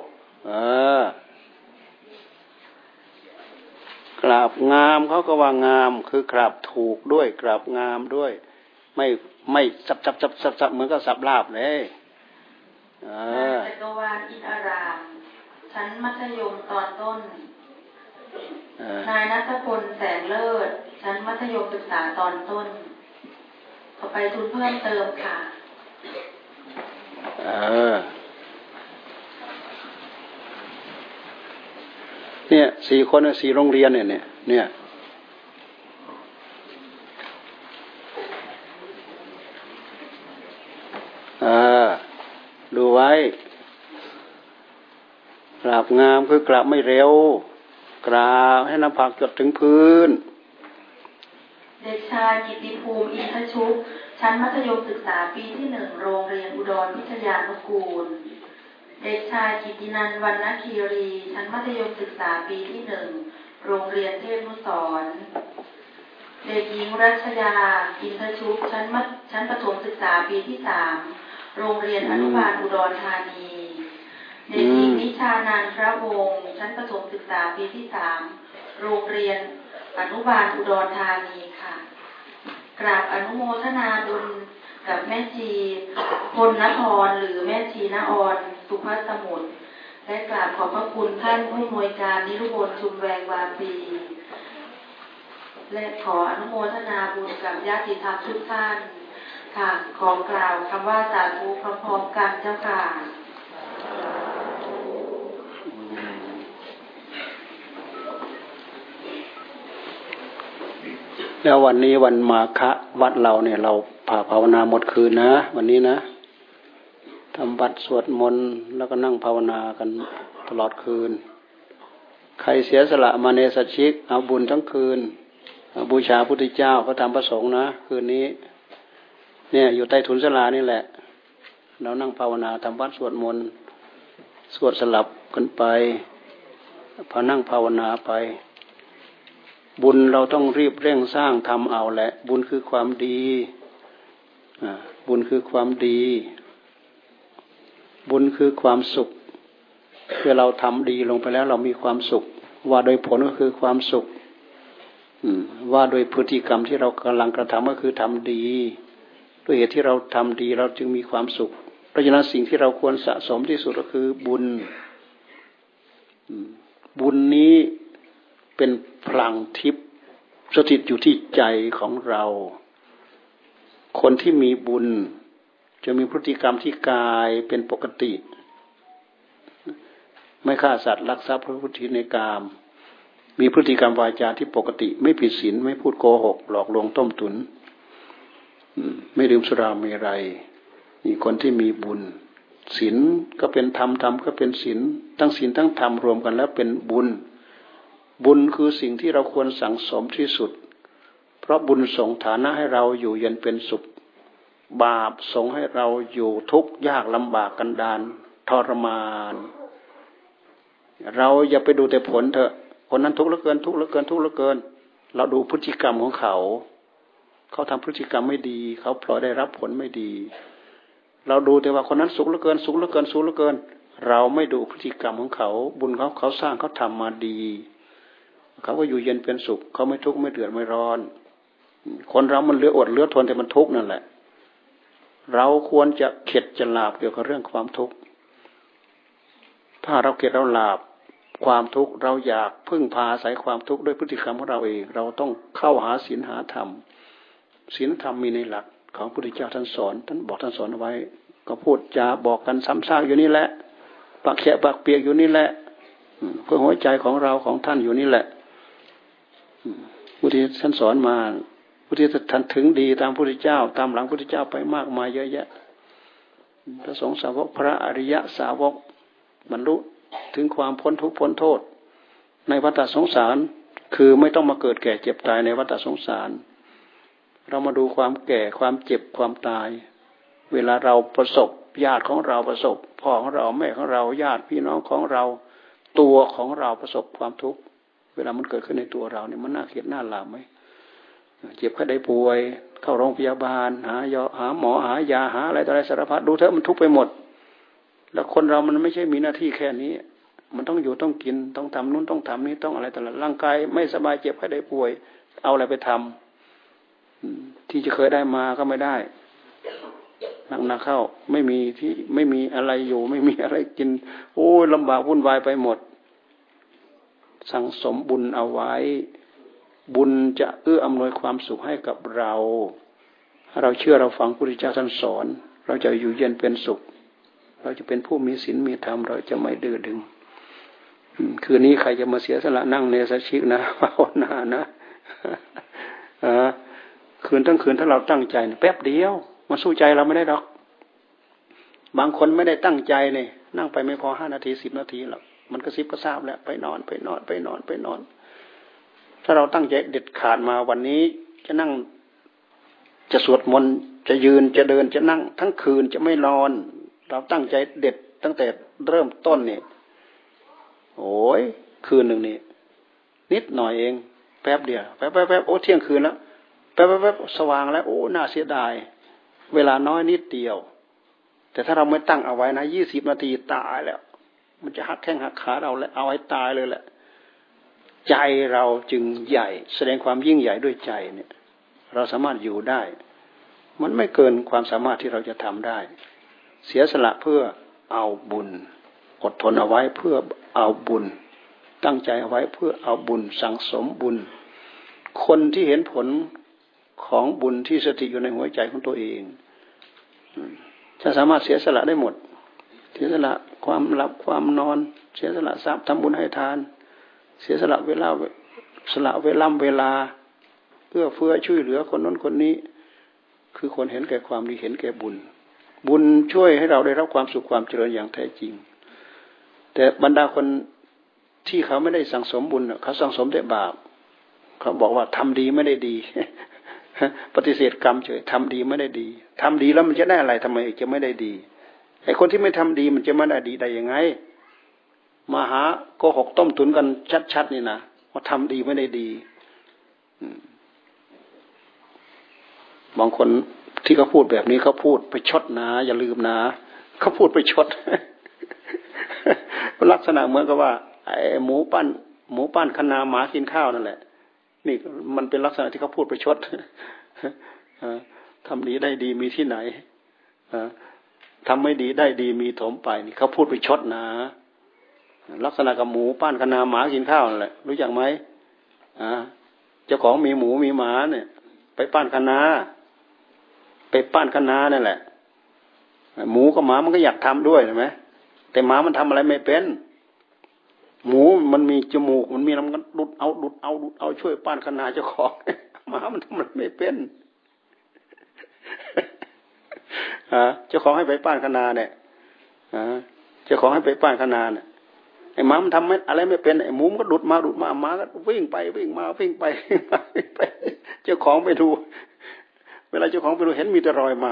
กราบงามเขาก็ว่างามคือกราบถูกด้วยกราบงามด้วยไม่สับเหมือนกับสับลาบเลย
จักรวาลอินอารามชั้นมัธยมตอนต้นนายณัฐพลแสงเลิศชั้นมัธยมศึกษาตอนต้นต่อไปทุนเพิ่มเติมค่ะ
เนี่ย4 คน4 โรงเรียนเนี่ยดูไว้กราบงามคือกราบไม่เร็วกราบให้น้ำผักจดถึงพื้น
เด็กชายกิติภูมิอินทชุบชั้นมัธยมศึกษาปีที่ 1โรงเรียนอุดรพิทยานุกูลเด็กชายกิตินันท์วรรณคีรีชั้นมัธยมศึกษาปีที่ 1โรงเรียนเทพนุสรณ์เด็กหญิงรัชยาอินทชุบชั้นประถมศึกษาปีที่ 3โรงเรียนอนุบาลอุดรธานีเด็กหญิงนิชานันท์พระวงศ์ชั้นประถมศึกษาปีที่ 3โรงเรียนอนุบาลอุดรธานีค่ะกราบอนุโมทนาบุญกับแม่ชีพลนครหรือแม่ชีณออนสุภัสสมุทรและกราบขอบพระคุณท่านผู้อำนวยการนิรุบลชุมแวงวาปีและขออนุโมทนาบุญกับญาติธรรมทุกท่านค่ะขอกล่าวคำว่าสาธุพร้อมๆกันเจ้าค่ะ
แล้ววันนี้วันมาฆะวัดเราเนี่ยเราภาวนาหมดคืนนะวันนี้นะทำวัดสวดมนต์แล้วก็นั่งภาวนากันตลอดคืนใครเสียสละมาเนสชิกเอาบุญทั้งคืนบูชาพระพุทธเจ้าพระธรรมพระสงฆ์นะคืนนี้เนี่ยอยู่ใต้ถุนศาลานี่แหละเรานั่งภาวนาทำวัดสวดมนต์สวดสลับกันไปพอนั่งภาวนาไปบุญเราต้องรีบเร่งสร้างทำเอาแหละบุญคือความดีบุญคือความดีบุญคือความสุขคือเราทำดีลงไปแล้วเรามีความสุขว่าโดยผลก็คือความสุขว่าโดยพฤติกรรมที่เรากำลังกระทำก็คือทำดีด้วยเหตุที่เราทำดีเราจึงมีความสุขเพราะฉะนั้นสิ่งที่เราควรสะสมที่สุดก็คือบุญบุญนี้เป็นพลังทิพย์สถิตอยู่ที่ใจของเราคนที่มีบุญจะมีพฤติกรรมที่กายเป็นปกติไม่ฆ่าสัตว์ลักทรัพย์ประพฤติผิดในกามมีพฤติกรรมวาจาที่ปกติไม่ผิดศีลไม่พูดโกหกหลอกลวงต้มตุ๋นไม่ดื่มสุราเมรัยนี่คนที่มีบุญศีลก็เป็นธรรมธรรมก็เป็นศีลทั้งศีลทั้งธรรมรวมกันแล้วเป็นบุญบุญคือสิ่งที่เราควรสั่งสมที่สุดเพราะบุญส่งฐานะให้เราอยู่เย็นเป็นสุขบาปส่งให้เราอยู่ทุกข์ยากลำบากกันดารทรมานเราอย่าไปดูแต่ผลเถอะคนนั้นทุกข์เหลือเกินทุกข์เหลือเกินทุกข์เหลือเกินเราดูพฤติกรรมของเขาทำพฤติกรรมไม่ดีเขาพลอยได้รับผลไม่ดีเราดูแต่ว่าคนนั้นสุขเหลือเกินสุขเหลือเกินสุขเหลือเกินเราไม่ดูพฤติกรรมของเขาบุญเขาสร้างเขาทำมาดีเขาก็อยู่เย็นเป็นสุขเขาไม่ทุกข์ไม่เดือดไม่ร้อนคนเรามันเหลืออดเหลือทนแต่มันทุกข์นั่นแหละเราควรจะเข็ดจะหลาบเกี่ยวกับเรื่องความทุกข์ถ้าเราเข็ดเราหลาบความทุกข์เราอยากพึ่งพาอาศัยความทุกข์ด้วยพฤติกรรมของเราเองเราต้องเข้าหาศีลหาธรรมศีลธรรมมีในหลักของพระพุทธเจ้าท่านสอนท่านบอกท่านสอนเอาไว้ก็พูดจาบอกกันซ้ำซากอยู่นี่แหละปากแฉะปากเปียกอยู่นี่แหละเพื่อหัวใจของเราของท่านอยู่นี่แหละพุทธท่านสอนมาพุทธท่านถึงดีตามพระพุทธเจ้าตามหลังพระพุทธเจ้าไปมากมายเยอะแยะพระสงฆ์สาวกพระอริยสาวกบรรลุถึงความพ้นทุกข์พ้นโทษในวัฏสงสารคือไม่ต้องมาเกิดแก่เจ็บตายในวัฏสงสารเรามาดูความแก่ความเจ็บความตายเวลาเราประสบญาติของเราประสบพ่อของเราแม่ของเราญาติพี่น้องของเราตัวของเราประสบความทุกข์เวลามันเกิดขึ้นในตัวเราเนี่ยมันน่าเกลียดน่าหลามไหมเจ็บไข้ได้ป่วยเข้าโรงพยาบาลหาหมอหายาหาอะไรต่ออะไรสารพัดดูเถอะมันทุกข์ไปหมดแล้วคนเรามันไม่ใช่มีหน้าที่แค่นี้มันต้องอยู่ต้องกินต้องทำนู้นต้องทำนี้ต้องอะไรต่ออะไรร่างกายไม่สบายเจ็บไข้ได้ป่วยเอาอะไรไปทำที่จะเคยได้มาก็ไม่ได้หนักเข้าไม่มีที่ไม่มีอะไรอยู่ไม่มีอะไรกินโอ้ยลำบากวุ่นวายไปหมดสั่งสมบุญเอาไว้บุญจะเอื้ออำนวยความสุขให้กับเราถ้าเราเชื่อเราฟังพระพุทธเจ้าท่านสอนเราจะอยู่เย็นเป็นสุขเราจะเป็นผู้มีศีลมีธรรมเราจะไม่ดื้อดึงคืนนี้ใครจะมาเสียสละนั่งในสัจฉินะภาวนานะคืนทั้งคืนถ้าเราตั้งใจแป๊บเดียวมาสู้ใจเราไม่ได้หรอกบางคนไม่ได้ตั้งใจเนี่ยนั่งไปไม่พอ5 นาที10 นาทีหรอกมันกระซิบกระซาบแล้วไปนอนถ้าเราตั้งใจเด็ดขาดมาวันนี้จะนั่งจะสวดมนต์จะยืนจะเดินจะนั่งทั้งคืนจะไม่นอนเราตั้งใจเด็ดตั้งแต่เริ่มต้นเนี่ยโอ้ยคืนหนึ่งนี่นิดหน่อยเองแป๊บเดียวแป๊บโอ้เที่ยงคืนแล้วแป๊บสว่างแล้วโอ้น่าเสียดายเวลาน้อยนิดเดียวแต่ถ้าเราไม่ตั้งเอาไว้นะ20 นาทีตายแล้วมันจะหักแข้งหักขาเราแล้วเอาให้ตายเลยแหละใจเราจึงใหญ่แสดงความยิ่งใหญ่ด้วยใจเนี่ยเราสามารถอยู่ได้มันไม่เกินความสามารถที่เราจะทำได้เสียสละเพื่อเอาบุญอดทนเอาไว้เพื่อเอาบุญตั้งใจเอาไว้เพื่อเอาบุญสั่งสมบุญคนที่เห็นผลของบุญที่สถิตอยู่ในหัวใจของตัวเองจะสามารถเสียสละได้หมดเสียสละความหลับความนอนเสียสละทรัพย์ทำบุญให้ทานเสียสละเวลาเวลาเอื้อเฟื้อช่วยเหลือคนนั้นคนนี้คือคนเห็นแก่ความดีเห็นแก่บุญบุญช่วยให้เราได้รับความสุขความเจริญอย่างแท้จริงแต่บรรดาคนที่เขาไม่ได้สั่งสมบุญเขาสั่งสมแต่บาปเขาบอกว่าทำดีไม่ได้ดีปฏิเสธกรรมเฉยทำดีไม่ได้ดีทำดีแล้วมันจะได้อะไรทำไมจะไม่ได้ดีไอ้คนที่ไม่ทำดีมันจะไม่ได้ดีได้ยังไงมาหาโกหกต้มตุ๋นกันชัดๆนี่นะว่าทำดีไม่ได้ดีบางคนที่เขาพูดแบบนี้เขาพูดไปชดนะอย่าลืมนะเขาพูดไปชด ลักษณะเหมือนกับว่าไอ้หมูปั้นคะนาหมากินข้าวนั่นแหละนี่มันเป็นลักษณะที่เขาพูดไปชด ทำดีได้ดีมีที่ไหนทำไม่ดีได้ดีมีถมไปนี่เขาพูดไปชดนะลักษณะกับหมูปั้นคะนาหมากินข้าวนั่นแหละรู้จักไหมเจ้าของมีหมูมีหมาเนี่ยไปปั้นคะนานั่นแหละหมูกับหมามันก็อยากทำด้วยใช่ไหมแต่หมามันทำอะไรไม่เป็นหมูมันมีจมูกมันมีน้ำมันดุดเอาช่วยปั้นคะนาเจ้าของ หมามันทำอะไรไม่เป็นเจ้าของให้ไปปั้นคะนาเนี่ยเจ้าของให้ไปปั้นคะนาเนี่ยไอ้หมามันทำอะไรไม่เป็นไอ้หมูมันก็ดุดมาหมาก็วิ่งไปวิ่งมาเจ้าของไปดูเวลาเจ้าของไปดูเห็นมีแต่รอยหมา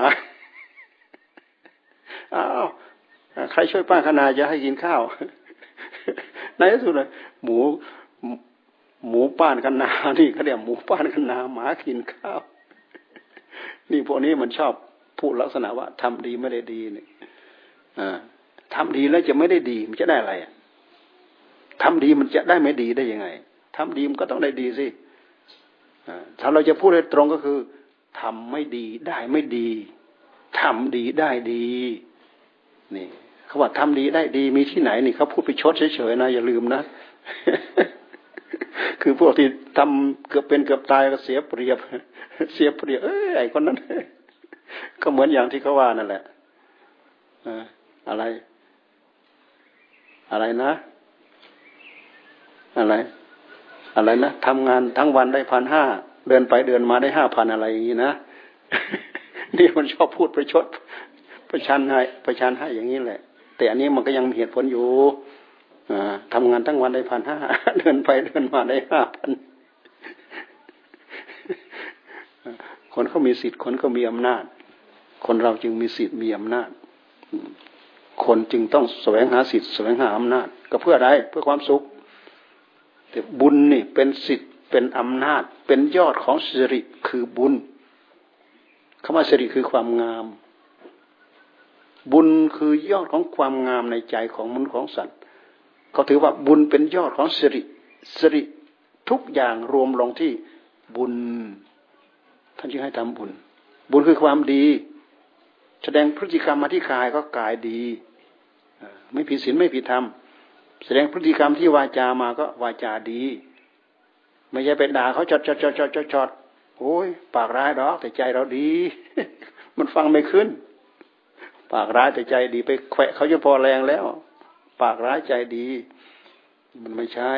อ้าวใครช่วยป้าคณาจะให้กินข้าวในที่สุดเลยหมูป้านคณานี่เขาเรียกหมูป้านคณาหมากินข้าวนี่พวกนี้มันชอบพูดลักษณะว่าทำดีไม่ได้ดีเนี่ยทำดีแล้วจะไม่ได้ดีมันจะได้อะไรทำดีมันจะได้ไม่ดีได้ยังไงทำดีมันก็ต้องได้ดีสิถ้าเราจะพูดให้ตรงก็คือทำไม่ดีได้ไม่ดีทำดีได้ดีนี่เขาว่าทำดีได้ดีมีที่ไหนนี่เขาพูดไปชดเฉยๆนะอย่าลืมนะ คือพวกที่ทำเกือบเป็นเกือบตายก็เสียเปรียบไอ้คนนั้น ก็เหมือนอย่างที่เขาว่านั่นแหละอะไรนะอะไรนะทำงานทั้งวันได้ 1,500 เดินไปเดินมาได้ 5,000 อะไรอย่างนี้นะ นี่มันชอบพูดไปชดประชันให้อย่างนี้แหละแต่อันนี้มันก็ยังมีเหตุผลอยู่ทำงานทั้งวันได้ 1,500 เดินไปเดินมาได้ 5,000 คนเขามีสิทธิ์คนก็มีอำนาจคนเราจึงมีสิทธิ์มีอำนาจคนจึงต้องแสวงหาสิทธิ์แสวงหาอำนาจก็เพื่ออะไรเพื่อความสุขแต่บุญนี่เป็นสิทธิ์เป็นอำนาจเป็นยอดของสิริคือบุญคำว่าสิริคือความงามบุญคือยอดของความงามในใจของมนุษย์ของสัตว์เขาถือว่าบุญเป็นยอดของสิริทุกอย่างรวมลงที่บุญท่านจึงให้ทำบุญคือความดีแสดงพฤติกรรมมาที่กายก็กายดีไม่ผิดศีลไม่ผิดธรรมแสดงพฤติกรรมที่วาจามาก็วาจาดีไม่ใช่ไปด่าเขาจอดโอ้ยปากร้ายดอกแต่ใจเราดี มันฟังไม่ขึ้นปากร้ายแต่ใจดีไปแขวะเขาจะพอแรงแล้วปากร้ายใจดีมันไม่ใช่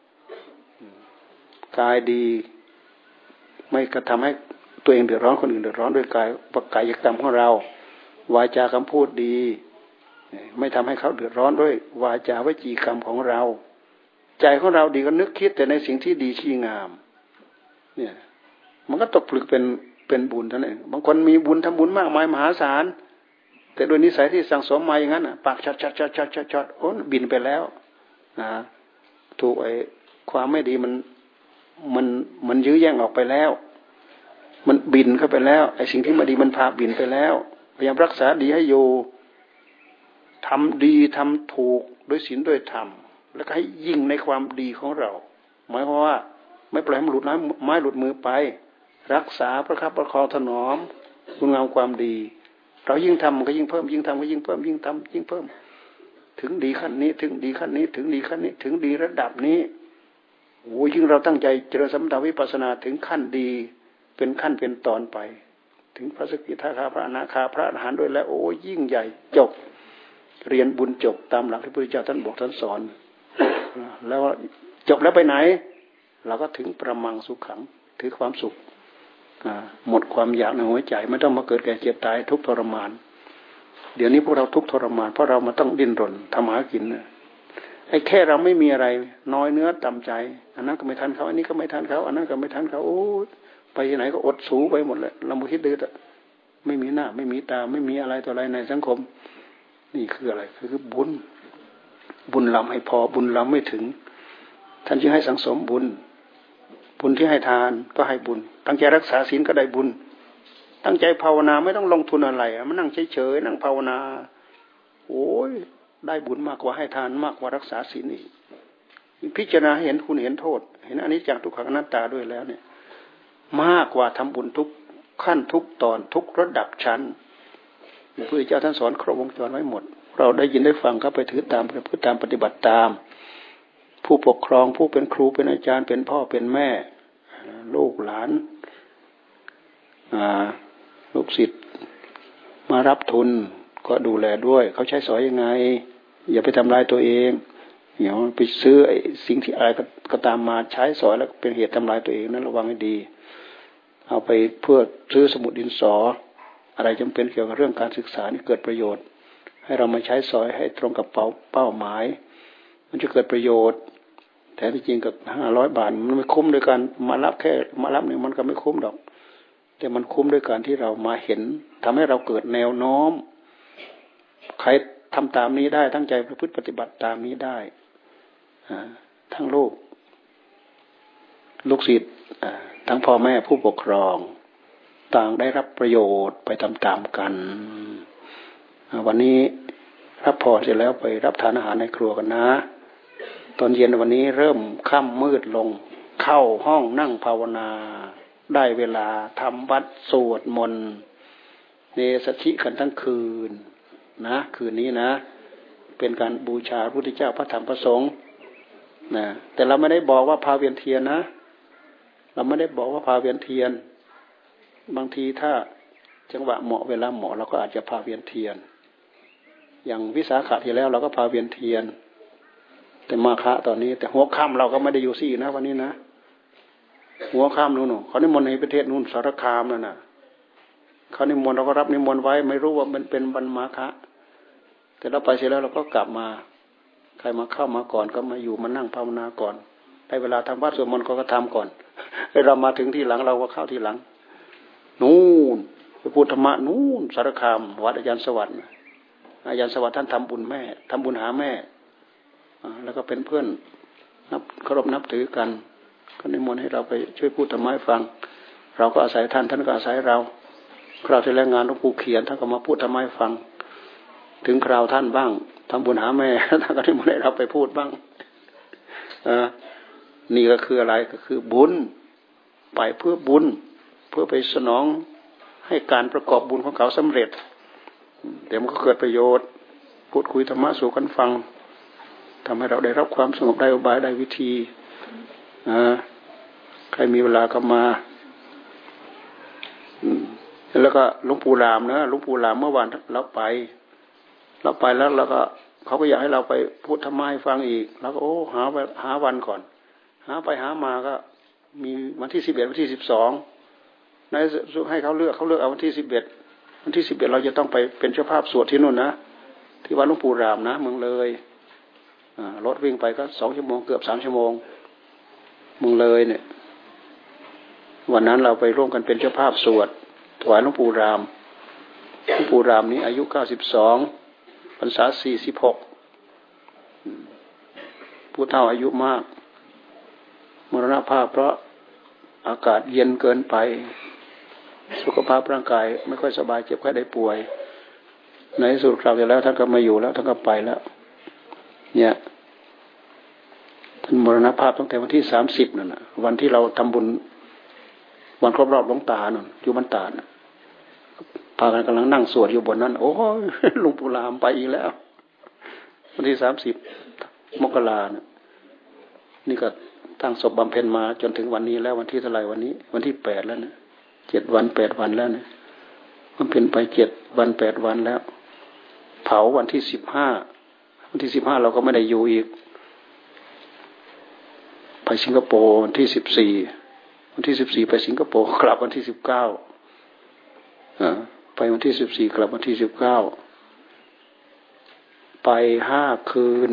กายดีไม่กระทำให้ตัวเองเดือดร้อนคนอื่นเดือดร้อนด้วยกายกรรมของเราวาจาคำพูดดีไม่ทำให้เขาเดือดร้อนด้วยวาจาวจีกรรมของเราใจของเราดีก็นึกคิดแต่ในสิ่งที่ดีที่งามเนี่ยมันก็ตกผลึกเป็นบุญเท่านั้นเองบางคนมีบุญทำบุญมากมายมหาศาลแต่โดยนิสัยที่สั่งสมมาอย่างนั้นปากช็อตโอ้บินไปแล้วถูกไอ้ความไม่ดีมันยื้อแย่งออกไปแล้วมันบินเข้าไปแล้วไอ้สิ่งที่ไม่ดีมันพาบินไปแล้วพยายามรักษาดีให้อยู่ทำดีทำถูกด้วยศีลด้วยธรรมแล้วก็ให้ยิ่งในความดีของเราหมายความว่าไม่ปล่อยให้มันหลุดไม้หลุดมือไปรักษาประคับประคองถนอมคุณงามความดีเรายิ่งทำก็ยิ่งเพิ่มยิ่งทำก็ยิ่งเพิ่มยิ่งทำยิ่งเพิ่มถึงดีขั้นนี้ถึงดีขั้นนี้ถึงดีขั้นนี้ถึงดีระดับนี้โอ้ยิ่งเราตั้งใจเจริญสมถะวิปัสสนาถึงขั้นดีเป็นขั้นเป็นตอนไปถึงพระสกิทาคาพระอนาคาพระอรหันต์ด้วยแล้วโอ้ยิ่งใหญ่จบเรียนบุญจบตามหลักที่พระพุทธเจ้าท่านบอกท่านสอนแล้วจบแล้วไปไหนเราก็ถึงประมังสุขขังถือความสุขหมดความอยากในหัวใจไม่ต้องมาเกิดแก่เจ็บตายทุกข์ทรมานเดี๋ยวนี้พวกเราทุกข์ทรมานเพราะเรามาต้องดิ้นรนทำหากินไอ้แค่เราไม่มีอะไรน้อยเนื้อต่ำใจอันนั้นก็ไม่ทันเขาอันนี้ก็ไม่ทันเขาอันนั้นก็ไม่ทันเขาโอ้ไปไหนก็อดสูไปหมดเลยเราไม่คิดดูแต่ไม่มีหน้าไม่มีตาไม่มีอะไรต่ออะไรในสังคมนี่คืออะไรคือบุญบุญเราให้พอบุญเราไม่ถึงท่านจึงให้สังสมบุญที่ให้ทานก็ให้บุญตั้งใจรักษาศีลก็ได้บุญตั้งใจภาวนาไม่ต้องลงทุนอะไรมานั่งเฉยๆนั่งภาวนาโอ้ยได้บุญมากกว่าให้ทานมากกว่ารักษาศีลอีกพิจารณาเห็นคุณเห็นโทษเห็นอนิจจังทุกขังอนัตตาด้วยแล้วเนี่ยมากกว่าทำบุญทุกขั้นทุกตอนทุกระดับชั้นพระพุทธเจ้าท่านสอนครบวงจรไว้หมดเราได้ยินได้ฟังก็ไปถือตามประพฤติตามปฏิบัติตามผู้ปกครองผู้เป็นครูเป็นอาจารย์เป็นพ่อเป็นแม่ลูกหลานลูกศิษย์มารับทุนก็ดูแลด้วยเขาใช้สอยยังไงอย่าไปทำลายตัวเองเดี๋ยวไปซื้อไอ้สิ่งที่อะไรก็ตามมาใช้สอยแล้วเป็นเหตุทำลายตัวเองนั้นระวังให้ดีเอาไปเพื่อซื้อสมุดดินสออะไรจำเป็นเกี่ยวกับเรื่องการศึกษานี่เกิดประโยชน์ให้เรามาใช้สอยให้ตรงกับเป้าหมายมันจะเกิดประโยชน์แต่ที่จริงกับ500 บาทมันไม่คุ้มด้วยกันมารับหนึ่งมันก็ไม่คุ้มดอกแต่มันคุ้มด้วยการที่เรามาเห็นทำให้เราเกิดแนวโน้มใครทำตามนี้ได้ตั้งใจประพฤติปฏิบัติตามนี้ได้ทั้งลูกศิษย์ทั้งพ่อแม่ผู้ปกครองต่างได้รับประโยชน์ไปตามๆกันวันนี้รับพรเสร็จแล้วไปรับทานอาหารในครัวกันนะตอนเย็นวันนี้เริ่มค่ำมืดลงเข้าห้องนั่งภาวนาได้เวลาทำวัดสวดมนต์เนสถิกันทั้งคืนนะคืนนี้นะเป็นการบูชาพระพุทธเจ้าพระธรรมพระสงฆ์นะแต่เราไม่ได้บอกว่าพาเวียนเทียนนะเราไม่ได้บอกว่าพาเวียนเทียนบางทีถ้าจังหวะเหมาะเวลาเหมาะเราก็อาจจะพาเวียนเทียนอย่างวิสาขะที่แล้วเราก็พาเวียนเทียนแต่มาฆะตอนนี้แต่หัวค่ำเราก็ไม่ได้อยู่ซี่นะวันนี้นะหัวค่ำนู่นเขานิมนต์ในประเทศนู่นสารคามนั่นน่ะเขานิมนต์เราก็รับนิมนต์ไว้ไม่รู้ว่ามันเป็นวันมาฆะแต่เราไปเสร็จแล้วเราก็กลับมาใครมาเข้ามาก่อนก็มาอยู่มานั่งภาวนาก่อนได้เวลาทำวัดสวดมนต์ก็ทำก่อนให้เรามาถึงที่หลังเราก็เข้าที่หลังนู่นไปพูดธรรมะนู่นสารคามวัดอาจารย์สวัสดิ์อาจารย์สวัสดิ์ท่านทำบุญแม่ทำบุญหาแม่แล้วก็เป็นเพื่อนเคารพนับถือกันก็นิมนต์ให้เราไปช่วยพูดธรรมะให้ฟังเราก็อาศัยท่านก็อาศัยเราคราวที่แล้วงานหลวงปู่เขียนท่านก็มาพูดธรรมะให้ฟังถึงคราวท่านบ้างทำบุญหาแม่ท่านก็นิมนต์ให้เราไปพูดบ้างนี่ก็คืออะไรก็คือบุญไปเพื่อบุญเพื่อไปสนองให้การประกอบบุญของเขาสำเร็จเดี๋ยวมันก็เกิดประโยชน์พูดคุยธรรมะสู่กันฟังทำให้เราได้รับความสงบได้อุบายได้วิธีใครมีเวลาก็มาแล้วก็หลวงปู่รามนะหลวงปู่รามเมื่อวานเราไปแล้วเราก็เขาก็อยากให้เราไปพูดธรรมะให้ฟังอีกเราก็หาวันก่อนหาไปหามาก็มีวันที่11วันที่12นายให้เขาเลือกเอาวันที่11วันที่11เราจะต้องไปเป็นเจ้าภาพสวดที่นู่นนะที่วัดหลวงปู่รามนะเมืองเลยรถวิ่งไปก็2 ชั่วโมงเกือบ3 ชั่วโมงเมืองเลยเนี่ยวันนั้นเราไปร่วมกันเป็นเจ้าภาพสวดถวายหลวงปู่รามหลวงปู่รามนี้อายุ92พรรษา46ผู้เฒ่าอายุมากมรณภาพเพราะอากาศเย็นเกินไปสุขภาพร่างกายไม่ค่อยสบายเจ็บไข้ได้ป่วยในที่สุดคราวที่แล้วท่านก็มาอยู่แล้วท่านก็ไปแล้วเนี่ยท่านมรณภาพตั้งแต่วันที่30นั่นน่ะวันที่เราทำบุญวันครบรอบหลวงตานั่นอยู่บ้านตาดพากันกำลังนั่งสวดอยู่บนนั้นโอ้ยหลวงปู่รามไปอีกแล้ววันที่30 มกราคมนี่ก็ตั้งศพบำเพ็ญมาจนถึงวันนี้แล้ววันที่เท่าไหร่วันนี้วันที่8แล้วนะ7 วัน 8 วันแล้วนะบำเพ็ญไป7 วัน 8 วันแล้วเผาวันที่15วันที่15เราก็ไม่ได้อยู่อีกไปสิงคโปร์วันที่14วันที่14ไปสิงคโปร์กลับวันที่19ไปวันที่14กลับวันที่19ไป5 คืน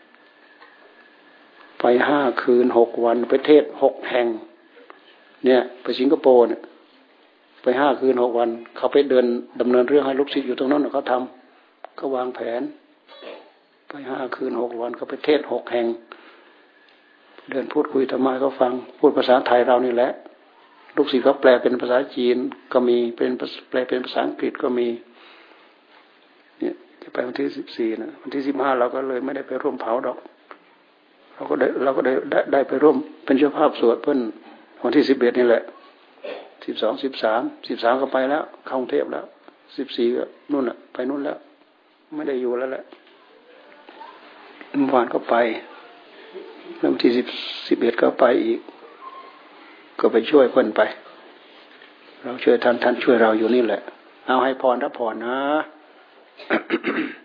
ไป5 คืน 6 วันไปเทศ6 แห่งเนี่ยไปสิงคโปร์เนี่ยไป5 คืน 6 วันเขาไปเดินดำเนินเรื่องให้ลูกศิษย์อยู่ตรงนั้นเขาทำก็วางแผนไป5 คืน 6 วันก็ไปเทศ6 แห่งเดินพูดคุยธรรมะก็ฟังพูดภาษาไทยเรานี่แหละลูกศิษย์ก็แปลเป็นภาษาจีนก็มีเป็นแปลเป็นภาษาอังกฤษก็มีเนี่ยจะไปวันที่14นะวันที่15เราก็เลยไม่ได้ไปร่วมเผาดอกเราก็ได้ไปร่วมเป็นเจ้าภาพสวดเพิ่นวันที่11นี่แหละ12 13ก็ไปแล้วเข้ากรุงเทพแล้ว14ก็นู่นน่ะไปนู่นแล้วไม่ได้อยู่แล้วแหละเมื่อวานก็ไปวันที่11ก็ไปอีกก็ไปช่วยเพิ่นไปเราช่วยท่านช่วยเราอยู่นี่แหละเอาให้พรรับพรนะ